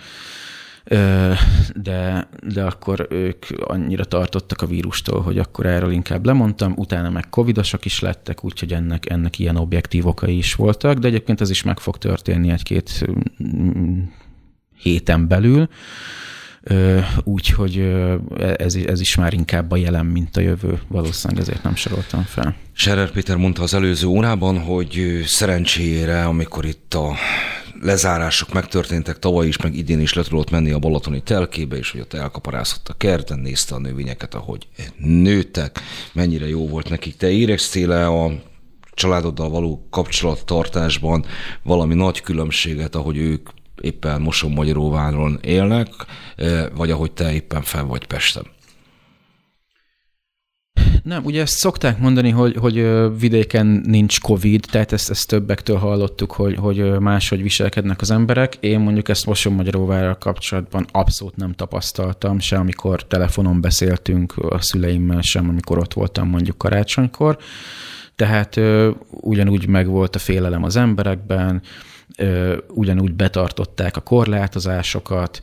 de akkor ők annyira tartottak a vírustól, hogy akkor erről inkább lemondtam, utána meg covidosak is lettek, úgyhogy ennek ilyen objektív okai is voltak, de egyébként ez is meg fog történni 1-2 héten belül, úgyhogy ez is már inkább a jelen, mint a jövő. Valószínűleg ezért nem soroltam fel. Scherer Péter mondta az előző órában, hogy szerencsére, amikor itt a lezárások megtörténtek tavaly is, meg idén is le tudott menni a balatoni telkébe, és hogy ott elkaparászott a kerten, nézte a növényeket, ahogy nőttek, mennyire jó volt nekik. Te éreztél-e a családoddal való kapcsolattartásban valami nagy különbséget, ahogy ők éppen Mosonmagyaróváron élnek, vagy ahogy te éppen fenn vagy Pesten? Nem, ugye ezt szokták mondani, hogy vidéken nincs Covid, tehát ezt többektől hallottuk, hogy máshogy viselkednek az emberek. Én mondjuk ezt Mosonmagyaróvárral kapcsolatban abszolút nem tapasztaltam, se amikor telefonon beszéltünk a szüleimmel, sem amikor ott voltam mondjuk karácsonykor. Tehát ugyanúgy megvolt a félelem az emberekben, ugyanúgy betartották a korlátozásokat.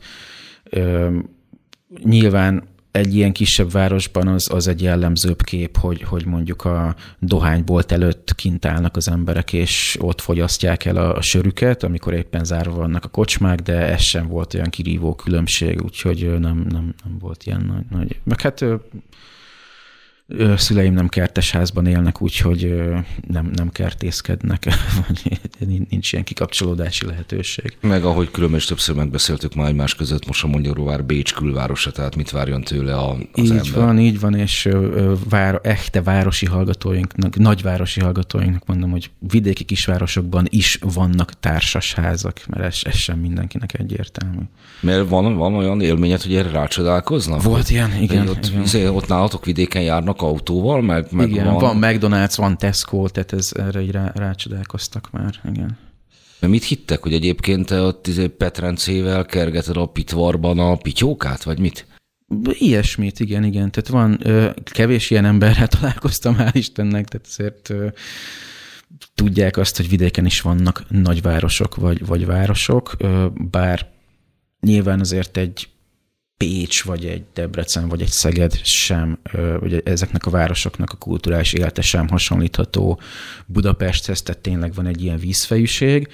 Nyilván egy ilyen kisebb városban az egy jellemzőbb kép, hogy mondjuk a dohánybolt előtt kint állnak az emberek, és ott fogyasztják el a sörüket, amikor éppen zárva vannak a kocsmák, de ez sem volt olyan kirívó különbség, úgyhogy nem volt ilyen nagy. Meg hát szüleim nem kertesházban élnek, úgyhogy nem kertészkednek, vagy nincs ilyen kikapcsolódási lehetőség. Meg ahogy különben is többször megbeszéltük már egymás között, Mosonmagyaróvár Bécs külvárosa, tehát mit várjon tőle az ember? Így van, és echte városi hallgatóinknak, nagyvárosi hallgatóinknak mondom, hogy vidéki kisvárosokban is vannak társasházak, mert ez sem mindenkinek egyértelmű. Mert van olyan élményed, hogy erre rácsodálkoznak? Volt ilyen, igen. Ott nálatok vidéken járnak autóval, meg igen, van McDonald's, van Tesco, tehát erre így rácsodálkoztak már, igen. Mit hittek, hogy egyébként te ott Petrencével kergeted a pitvarban a pityókát, vagy mit? Ilyesmit, igen. Tehát van, kevés ilyen emberrel találkoztam, hál' Istennek, tehát azért tudják azt, hogy vidéken is vannak nagyvárosok vagy városok, bár nyilván azért egy Pécs, vagy egy Debrecen, vagy egy Szeged sem, vagy ezeknek a városoknak a kulturális élete sem hasonlítható Budapesthez, tehát tényleg van egy ilyen vízfejűség,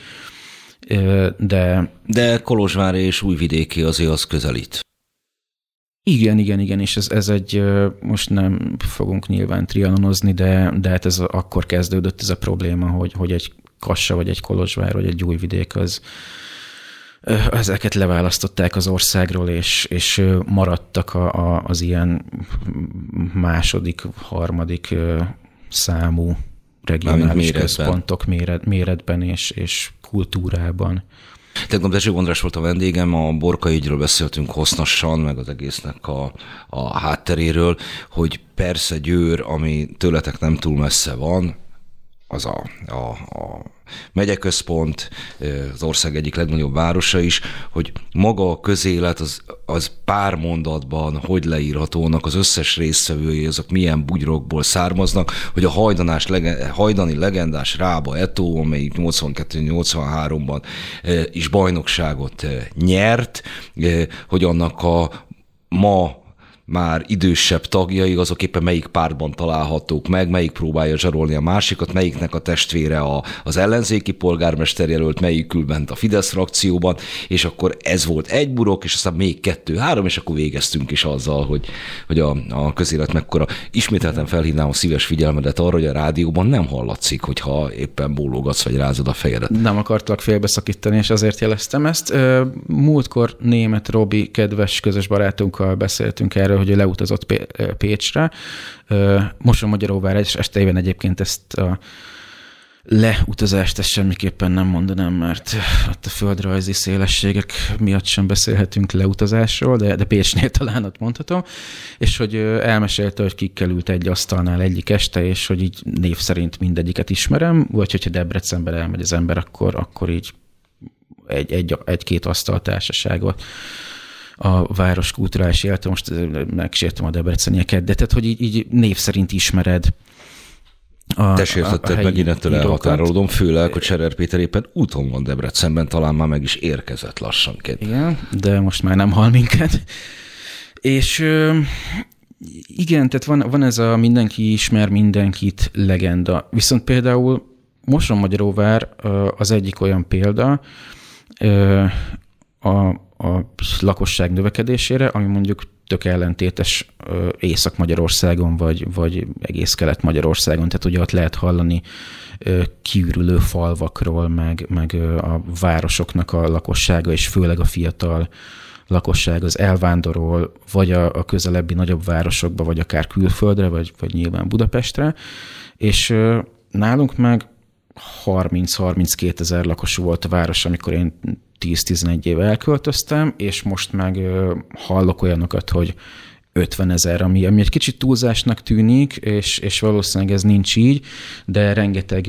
De Kolozsvár és Újvidéki azért az közelít. Igen, és ez egy, most nem fogunk nyilván trianonozni, de hát ez akkor kezdődött ez a probléma, hogy egy Kassa, vagy egy Kolozsvár, vagy egy Újvidék ezeket leválasztották az országról, és maradtak az ilyen második, harmadik számú regionális központok méretben és kultúrában. Tegnap Dezső András volt a vendégem, a Borka ügyről beszéltünk hosszasan, meg az egésznek a hátteréről, hogy persze Győr, ami tőletek nem túl messze van, az a megyeközpont, az ország egyik legnagyobb városa is, hogy maga a közélet az pár mondatban hogy leírható, annak az összes résztvevői, azok milyen bugyrokból származnak, hogy a hajdani legendás Rába Eto, amelyik 82-83-ban is bajnokságot nyert, hogy annak a ma már idősebb tagjai, azok éppen melyik pártban találhatók meg, melyik próbálja zsarolni a másikat, melyiknek a testvére az ellenzéki polgármester jelölt, melyik ül bent a Fidesz frakcióban, és akkor ez volt egy burok, és aztán még 2-3, és akkor végeztünk is azzal, hogy a közélet mekkora. Ismételten felhívnám a szíves figyelmedet arra, hogy a rádióban nem hallatszik, hogyha éppen bólogatsz, vagy rázod a fejedet. Nem akartalak félbeszakítani, és azért jeleztem ezt. Múltkor Németh Robi kedves közös barátunkkal beszéltünk erről, hogy ő leutazott Pécsre. Mosonmagyaróvár estében egyébként ezt a leutazást ezt semmiképpen nem mondanám, mert ott a földrajzi szélességek miatt sem beszélhetünk leutazásról, de Pécsnél talán ott mondhatom, és hogy elmesélte, hogy kikkel ült egy asztalnál egyik este, és hogy így név szerint mindegyiket ismerem, vagy hogyha Debrecenben elmegy az ember, akkor így egy-két asztaltársaságot a város kulturális élete, most megsértem a debrecenieket, de tehát, hogy így név szerint ismered Te sértetted meg, innentől elhatárolódom, főleg, hogy Scherer Péter éppen úton van Debrecenben, talán már meg is érkezett lassanként. Igen, de most már nem hall minket. És igen, tehát van ez a mindenki ismer mindenkit legenda. Viszont például Mosonmagyaróvár az egyik olyan példa a lakosság növekedésére, ami mondjuk tök ellentétes Észak-Magyarországon, vagy egész Kelet-Magyarországon. Tehát ugye ott lehet hallani kiürülő falvakról, meg a városoknak a lakossága, és főleg a fiatal lakosság az elvándorol, vagy a közelebbi nagyobb városokba, vagy akár külföldre, vagy nyilván Budapestre. És nálunk meg 30-32 ezer lakosú volt a város, amikor én 10-11 éve elköltöztem, és most meg hallok olyanokat, hogy 50 000, ami egy kicsit túlzásnak tűnik, és valószínűleg ez nincs így, de rengeteg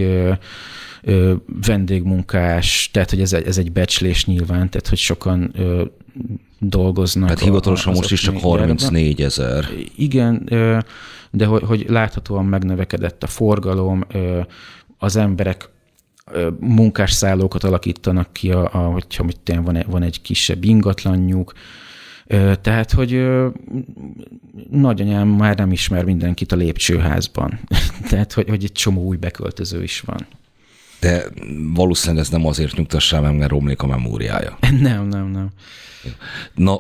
vendégmunkás, tehát hogy ez egy becslés nyilván, tehát hogy sokan dolgoznak. Hát hivatalosan most is csak 34 000. Igen, de hogy láthatóan megnövekedett a forgalom, az emberek munkásszállókat alakítanak ki, hogyha van egy kisebb ingatlanjuk. Tehát, hogy nagyanyám már nem ismer mindenkit a lépcsőházban. Tehát, hogy egy csomó új beköltöző is van. De valószínűleg ez nem azért nyugtassál meg, mert romlik a memóriája. Nem. Na,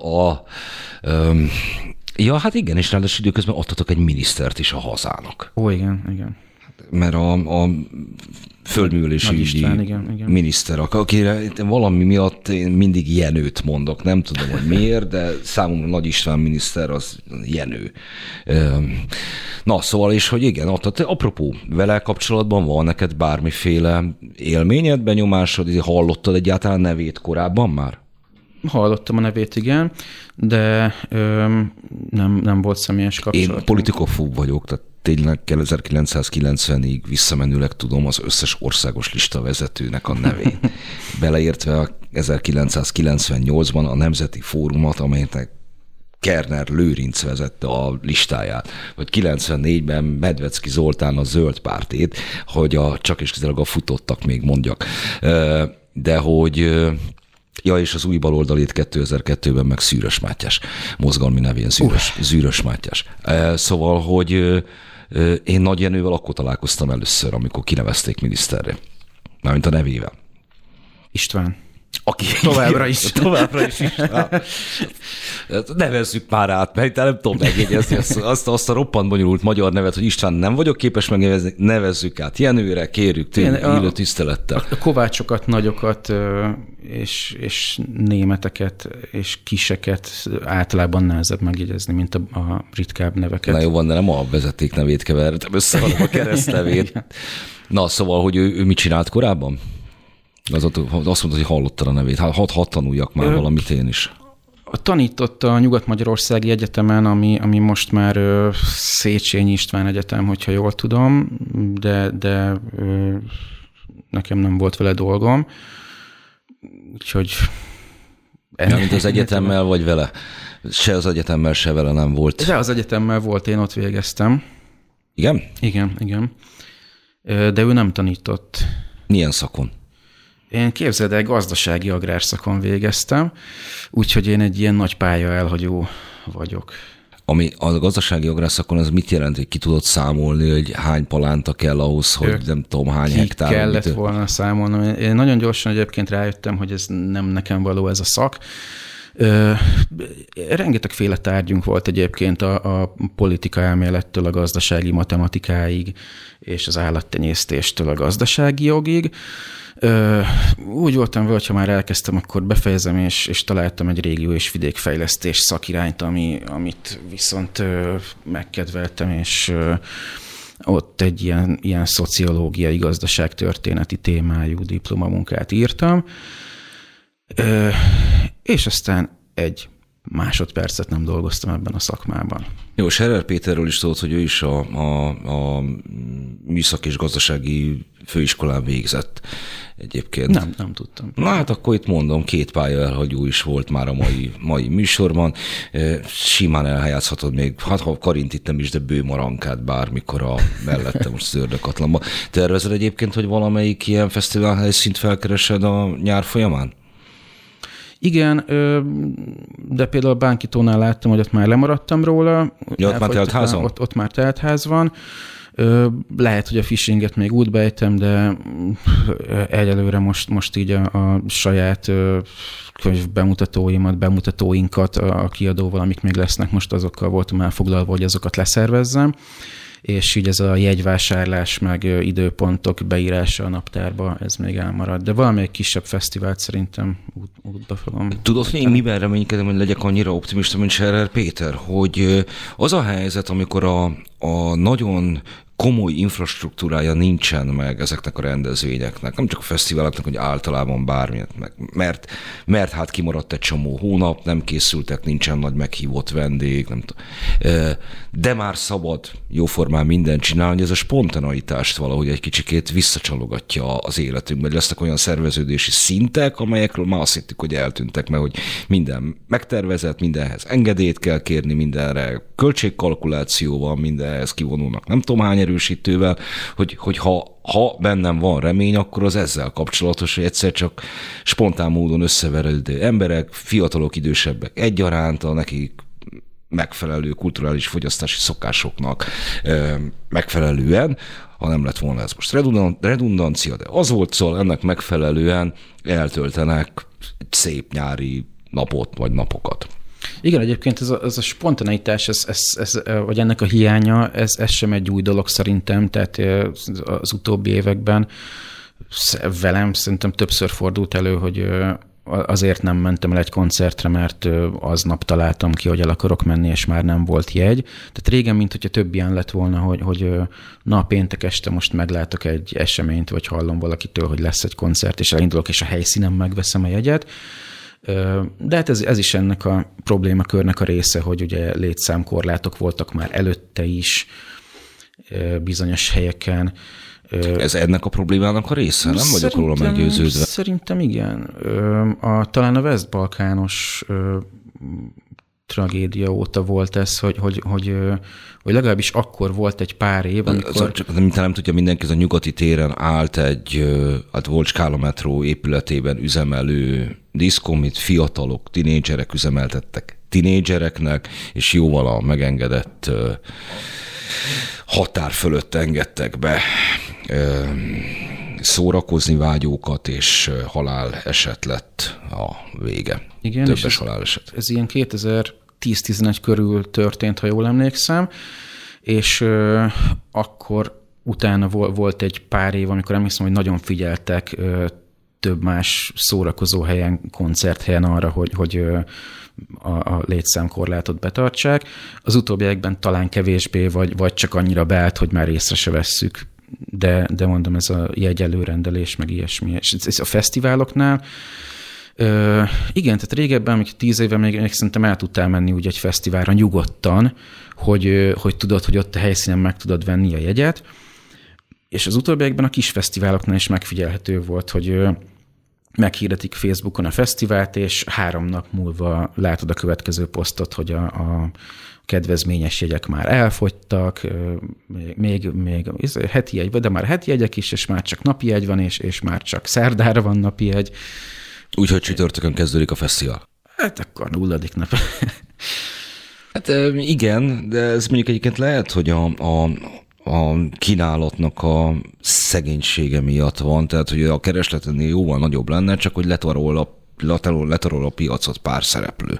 ja, hát igen, és ráadásul időközben adtatok egy minisztert is a hazának. Ó, igen. Mert a földművelési igen. Miniszter, akire valami miatt én mindig Jenőt mondok, nem tudom, hogy miért, de számomra Nagy István miniszter az Jenő. Na, szóval és hogy igen, apropó, vele kapcsolatban van neked bármiféle élményed, benyomásod, hallottad egyáltalán nevét korábban már? Hallottam a nevét, igen, de nem volt személyes kapcsolat. Én politikofób vagyok, tehát tényleg 1990-ig visszamenőleg tudom az összes országos listavezetőnek a nevét. Beleértve a 1998-ban a Nemzeti Fórumot, amelynek Kerner Lőrinc vezette a listáját, vagy 94-ben Medvecki Zoltán a Zöld Pártét, hogy csak és kizárólag a futottak még mondjak. De hogy és az új baloldalét 2002-ben meg Szűrös Mátyás, mozgalmi nevén Szűrös Mátyás. Szóval, hogy én Nagy Jenővel akkor találkoztam először, amikor kinevezték miniszterre. Mármint a nevével. István. Aki Továbbra is. Nevezzük már át, mert nem tudom megjegyezni azt a roppant bonyolult magyar nevet, hogy István nem vagyok képes megnevezni, nevezzük át Jenőre, kérjük tőlük illő tisztelettel. A kovácsokat, nagyokat és németeket és kiseket általában nehezebb megjegyezni, mint a ritkább neveket. Na jó van, de nem a vezeték nevét kevertem össze, hanem a keresztnevét. Na, szóval, hogy ő mit csinált korábban? Azt mondta, hogy hallottad a nevét. Hadd tanuljak már valamit én is. Tanított a Nyugat-Magyarországi Egyetemen, ami most már Széchenyi István Egyetem, hogyha jól tudom, de nekem nem volt vele dolgom. Úgyhogy... Mint az egyetemmel vagy vele? Se az egyetemmel, se vele nem volt. De az egyetemmel volt, én ott végeztem. Igen? Igen. De ő nem tanított. Milyen szakon? Én képzeld el, gazdasági agrárszakon végeztem, úgyhogy én egy ilyen nagy pálya elhagyó vagyok. Ami a gazdasági agrárszakon, az mit jelent, hogy ki tudod számolni, hogy hány palánta kell ahhoz, hogy nem tudom hány hektár? Kellett volna számolnom. Én nagyon gyorsan egyébként rájöttem, hogy ez nem nekem való ez a szak. Rengetegféle tárgyunk volt egyébként a politika elmélettől a gazdasági matematikáig, és az állattenyésztéstől a gazdasági jogig. Úgy voltam vele, hogyha már elkezdtem, akkor befejezem, és találtam egy régió- és vidékfejlesztés szakirányt, amit viszont megkedveltem, és ott egy ilyen szociológiai, gazdaságtörténeti témájú diplomamunkát írtam, és aztán egy másodpercet nem dolgoztam ebben a szakmában. Jó, Scherer Péterről is tudod, hogy ő is a műszaki és gazdasági főiskolán végzett egyébként. Nem tudtam. Na hát akkor itt mondom, 2 pálya elhagyó is volt már a mai műsorban. Simán elhelyezhatod még, ha karintítem is, de bőmarankát bármikor a mellette most az Ördögkatlanban. Tervezed egyébként, hogy valamelyik ilyen fesztivál helyszínt felkeresed a nyár folyamán? Igen, de például a Bánkitónál láttam, hogy ott már lemaradtam róla. Ja, ott már teltház van? Ott már teltház van. Lehet, hogy a phishinget még útba ejtem, de egyelőre most így a saját könyv bemutatóinkat a kiadóval, amik még lesznek, most azokkal voltam elfoglalva, hogy azokat leszervezzem, és így ez a jegyvásárlás, meg időpontok beírása a naptárba, ez még elmarad. De valamelyik kisebb fesztivált szerintem útba fogom. Tudod, hogy én miben reménykedem, hogy legyek annyira optimista, mint Scherer Péter, hogy az a helyzet, amikor a nagyon komoly infrastruktúrája nincsen meg ezeknek a rendezvényeknek, nem csak a fesztiváloknak, hogy általában bármilyet meg, mert hát kimaradt egy csomó hónap, nem készültek, nincsen nagy meghívott vendég, nem tudom. De már szabad jóformán mindent csinálni, ez a spontaneitást valahogy egy kicsikét visszacsalogatja az életünkben. Lesznek olyan szerveződési szintek, amelyekről már azt hittük, hogy eltűntek, mert hogy minden megtervezett, mindenhez engedélyt kell kérni, mindenre költségkalkuláció van, mindenhez kivonulnak nem tudom hány erősítővel, hogy ha bennem van remény, akkor az ezzel kapcsolatos, hogy egyszer csak spontán módon összeveredő emberek, fiatalok, idősebbek egyaránt, a nekik megfelelő kulturális fogyasztási szokásoknak megfelelően, ha nem lett volna ez most redundancia, de az volt, szóval ennek megfelelően eltöltenek egy szép nyári napot vagy napokat. Igen, egyébként ez a spontaneitás, vagy ennek a hiánya, ez sem egy új dolog szerintem, tehát az utóbbi években velem szerintem többször fordult elő, hogy azért nem mentem el egy koncertre, mert aznap találtam ki, hogy el akarok menni, és már nem volt jegy. Tehát régen, mint hogyha több ilyen lett volna, hogy péntek este most meglátok egy eseményt, vagy hallom valakitől, hogy lesz egy koncert, és elindulok, és a helyszínen megveszem a jegyet. De hát ez is ennek a problémakörnek a része, hogy ugye létszámkorlátok voltak már előtte is bizonyos helyeken. Ez ennek a problémának a része? Nem vagyok róla meggyőződve. Szerintem igen. Talán a West-balkános tragédia óta volt ez, hogy legalábbis akkor volt egy pár év, amikor... Csak nem tudja mindenki, ez a Nyugati téren állt volt Skála metró épületében üzemelő diszkó, amit fiatalok, tinédzserek üzemeltettek tinédzsereknek, és jóval a megengedett határ fölött engedtek be szórakozni vágyókat, és haláleset lett a vége. Igen, többes haláleset. Ez ilyen 2010-11 körül történt, ha jól emlékszem, és akkor utána volt egy pár év, amikor emlékszem, hogy nagyon figyeltek több más szórakozó helyen, koncerthelyen arra, hogy a létszámkorlátot betartsák. Az utóbbiakban talán kevésbé, vagy csak annyira beállt, hogy már észre se vesszük. De mondom, ez a jegyelőrendelés, meg ilyesmi. És ez a fesztiváloknál, igen, tehát régebben, amikor 10 éve még szerintem el tudtál menni úgy egy fesztiválra nyugodtan, hogy tudod, hogy ott a helyszínen meg tudod venni a jegyet, és az utóbbiakban a kis fesztiváloknál is megfigyelhető volt, hogy meghirdetik Facebookon a fesztivált, és 3 nap múlva látod a következő posztot, hogy a kedvezményes jegyek már elfogytak, még heti jegy, de már heti jegyek is, és már csak napi jegy van, és már csak szerdára van napi jegy. Úgyhogy csütörtökön kezdődik a fesztivál. Hát akkor 0. nap. Hát igen, de ez mondjuk egyébként lehet, hogy a kínálatnak a szegénysége miatt van, tehát hogy a keresletenél jóval nagyobb lenne, csak hogy letarol a piacot pár szereplő.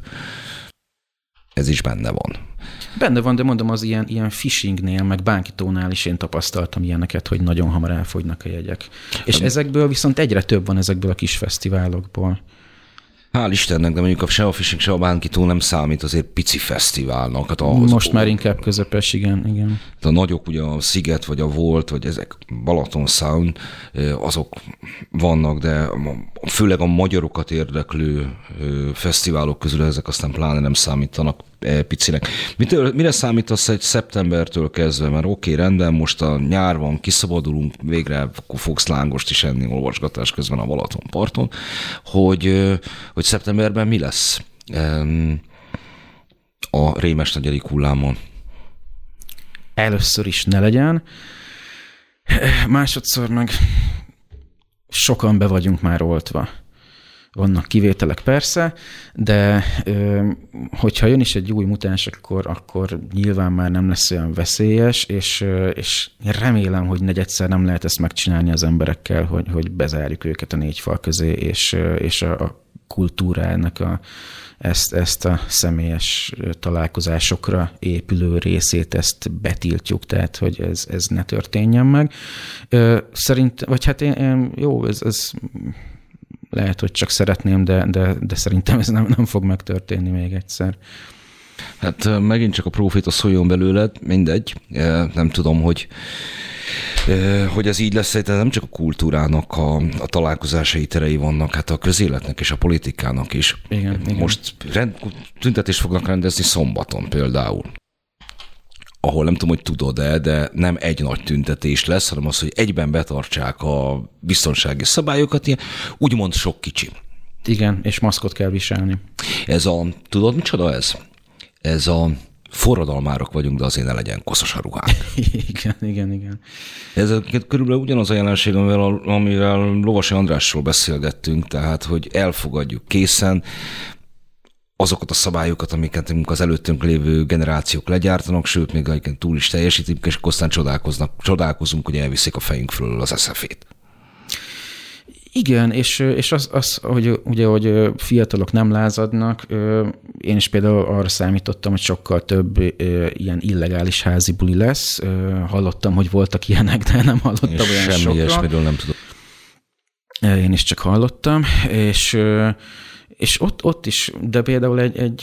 Ez is benne van. Benne van, de mondom, az ilyen phishingnél, meg bánkítónál is én tapasztaltam ilyeneket, hogy nagyon hamar elfogynak a jegyek. És ezekből viszont egyre több van ezekből a kis fesztiválokból. Hál' Istennek, de mondjuk se a phishing, se a bánkító nem számít azért pici fesztiválnak. Hát most már inkább közepes, igen. A nagyok, ugye a Sziget, vagy a Volt, vagy ezek Balaton Sound, azok vannak, de főleg a magyarokat érdeklő fesztiválok közül ezek aztán pláne nem számítanak picinek. Mire számítasz egy szeptembertől kezdve? Mert oké, rendben, most a nyár van, kiszabadulunk, végre fogsz lángost is enni olvasgatás közben a Balatonparton, hogy szeptemberben mi lesz a rémes negyedik hullámon? Először is ne legyen. Másodszor meg sokan be vagyunk már oltva. Vannak kivételek persze, de hogyha jön is egy új mutáns, akkor nyilván már nem lesz olyan veszélyes, és remélem, hogy negyedszer nem lehet ezt megcsinálni az emberekkel, hogy bezárjuk őket a 4 fal közé, és a kultúrának ezt a személyes találkozásokra épülő részét, ezt betiltjuk, tehát hogy ez ne történjen meg. Vagy hát jó, ez lehet, hogy csak szeretném, de szerintem ez nem fog megtörténni még egyszer. Hát megint csak a proféta szóljon belőled, mindegy. Nem tudom, hogy ez így lesz, de nem csak a kultúrának a találkozásai terei vannak, hát a közéletnek és a politikának is. Igen. Most tüntetést fognak rendezni szombaton például, ahol nem tudom, hogy tudod-e, de nem egy nagy tüntetés lesz, hanem az, hogy egyben betartsák a biztonsági szabályokat, ilyen úgymond sok kicsi. Igen, és maszkot kell viselni. Tudod, micsoda ez? Ez a forradalmárok vagyunk, de azért ne legyen koszos a ruhánk. Igen. Ez körülbelül ugyanaz a jelenség, amivel Lovasi Andrásról beszélgettünk, tehát, hogy elfogadjuk készen azokat a szabályokat, amiket az előttünk lévő generációk legyártanak, sőt, még egyébként túl is teljesítik, és aztán csodálkozunk, hogy elviszik a fejünk fölül az eszefét. Igen, és az hogy fiatalok nem lázadnak, én is például arra számítottam, hogy sokkal több ilyen illegális házi buli lesz. Hallottam, hogy voltak ilyenek, de nem hallottam olyan sokra. Semmi ilyesmiről nem tudom. Én is csak hallottam, és ott is, de például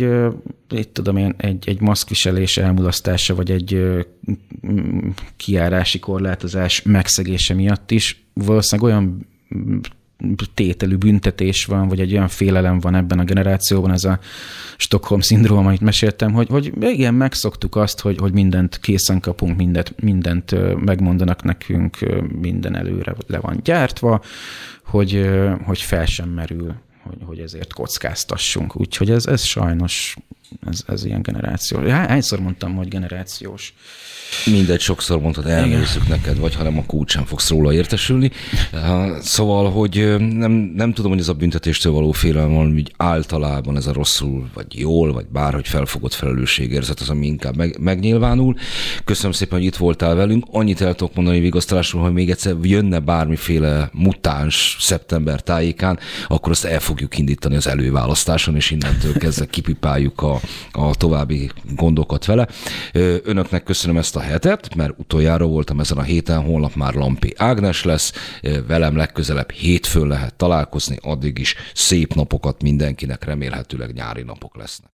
egy maszkviselés elmulasztása, vagy egy kijárási korlátozás megszegése miatt is valószínűleg olyan tételű büntetés van, vagy egy olyan félelem van ebben a generációban, ez a Stockholm-szindróma, amit meséltem, hogy igen, megszoktuk azt, hogy mindent készen kapunk, mindent megmondanak nekünk, minden előre le van gyártva, hogy fel sem merül, hogy ezért kockáztassunk. Úgyhogy ez sajnos Ez ilyen generációs. Hányszor mondtam, hogy generációs? Mindegy, sokszor mondtad, elnézzük neked, vagy ha nem, akkor úgysem fogsz róla értesülni. Szóval, hogy nem tudom, hogy ez a büntetéstől való félelem, hogy általában ez a rosszul, vagy jól, vagy bárhogy felfogott felelősségérzet az, ami inkább megnyilvánul. Köszönöm szépen, hogy itt voltál velünk. Annyit el tudok mondani vigasztalásról, hogy még egyszer jönne bármiféle mutáns szeptember tájékán, akkor azt el fogjuk indítani az előválasztáson, és innentől kezdve kipipáljuk a további gondokat vele. Önöknek köszönöm ezt a hetet, mert utoljára voltam ezen a héten, holnap már Lampi Ágnes lesz, velem legközelebb hétfőn lehet találkozni, addig is szép napokat mindenkinek, remélhetőleg nyári napok lesznek.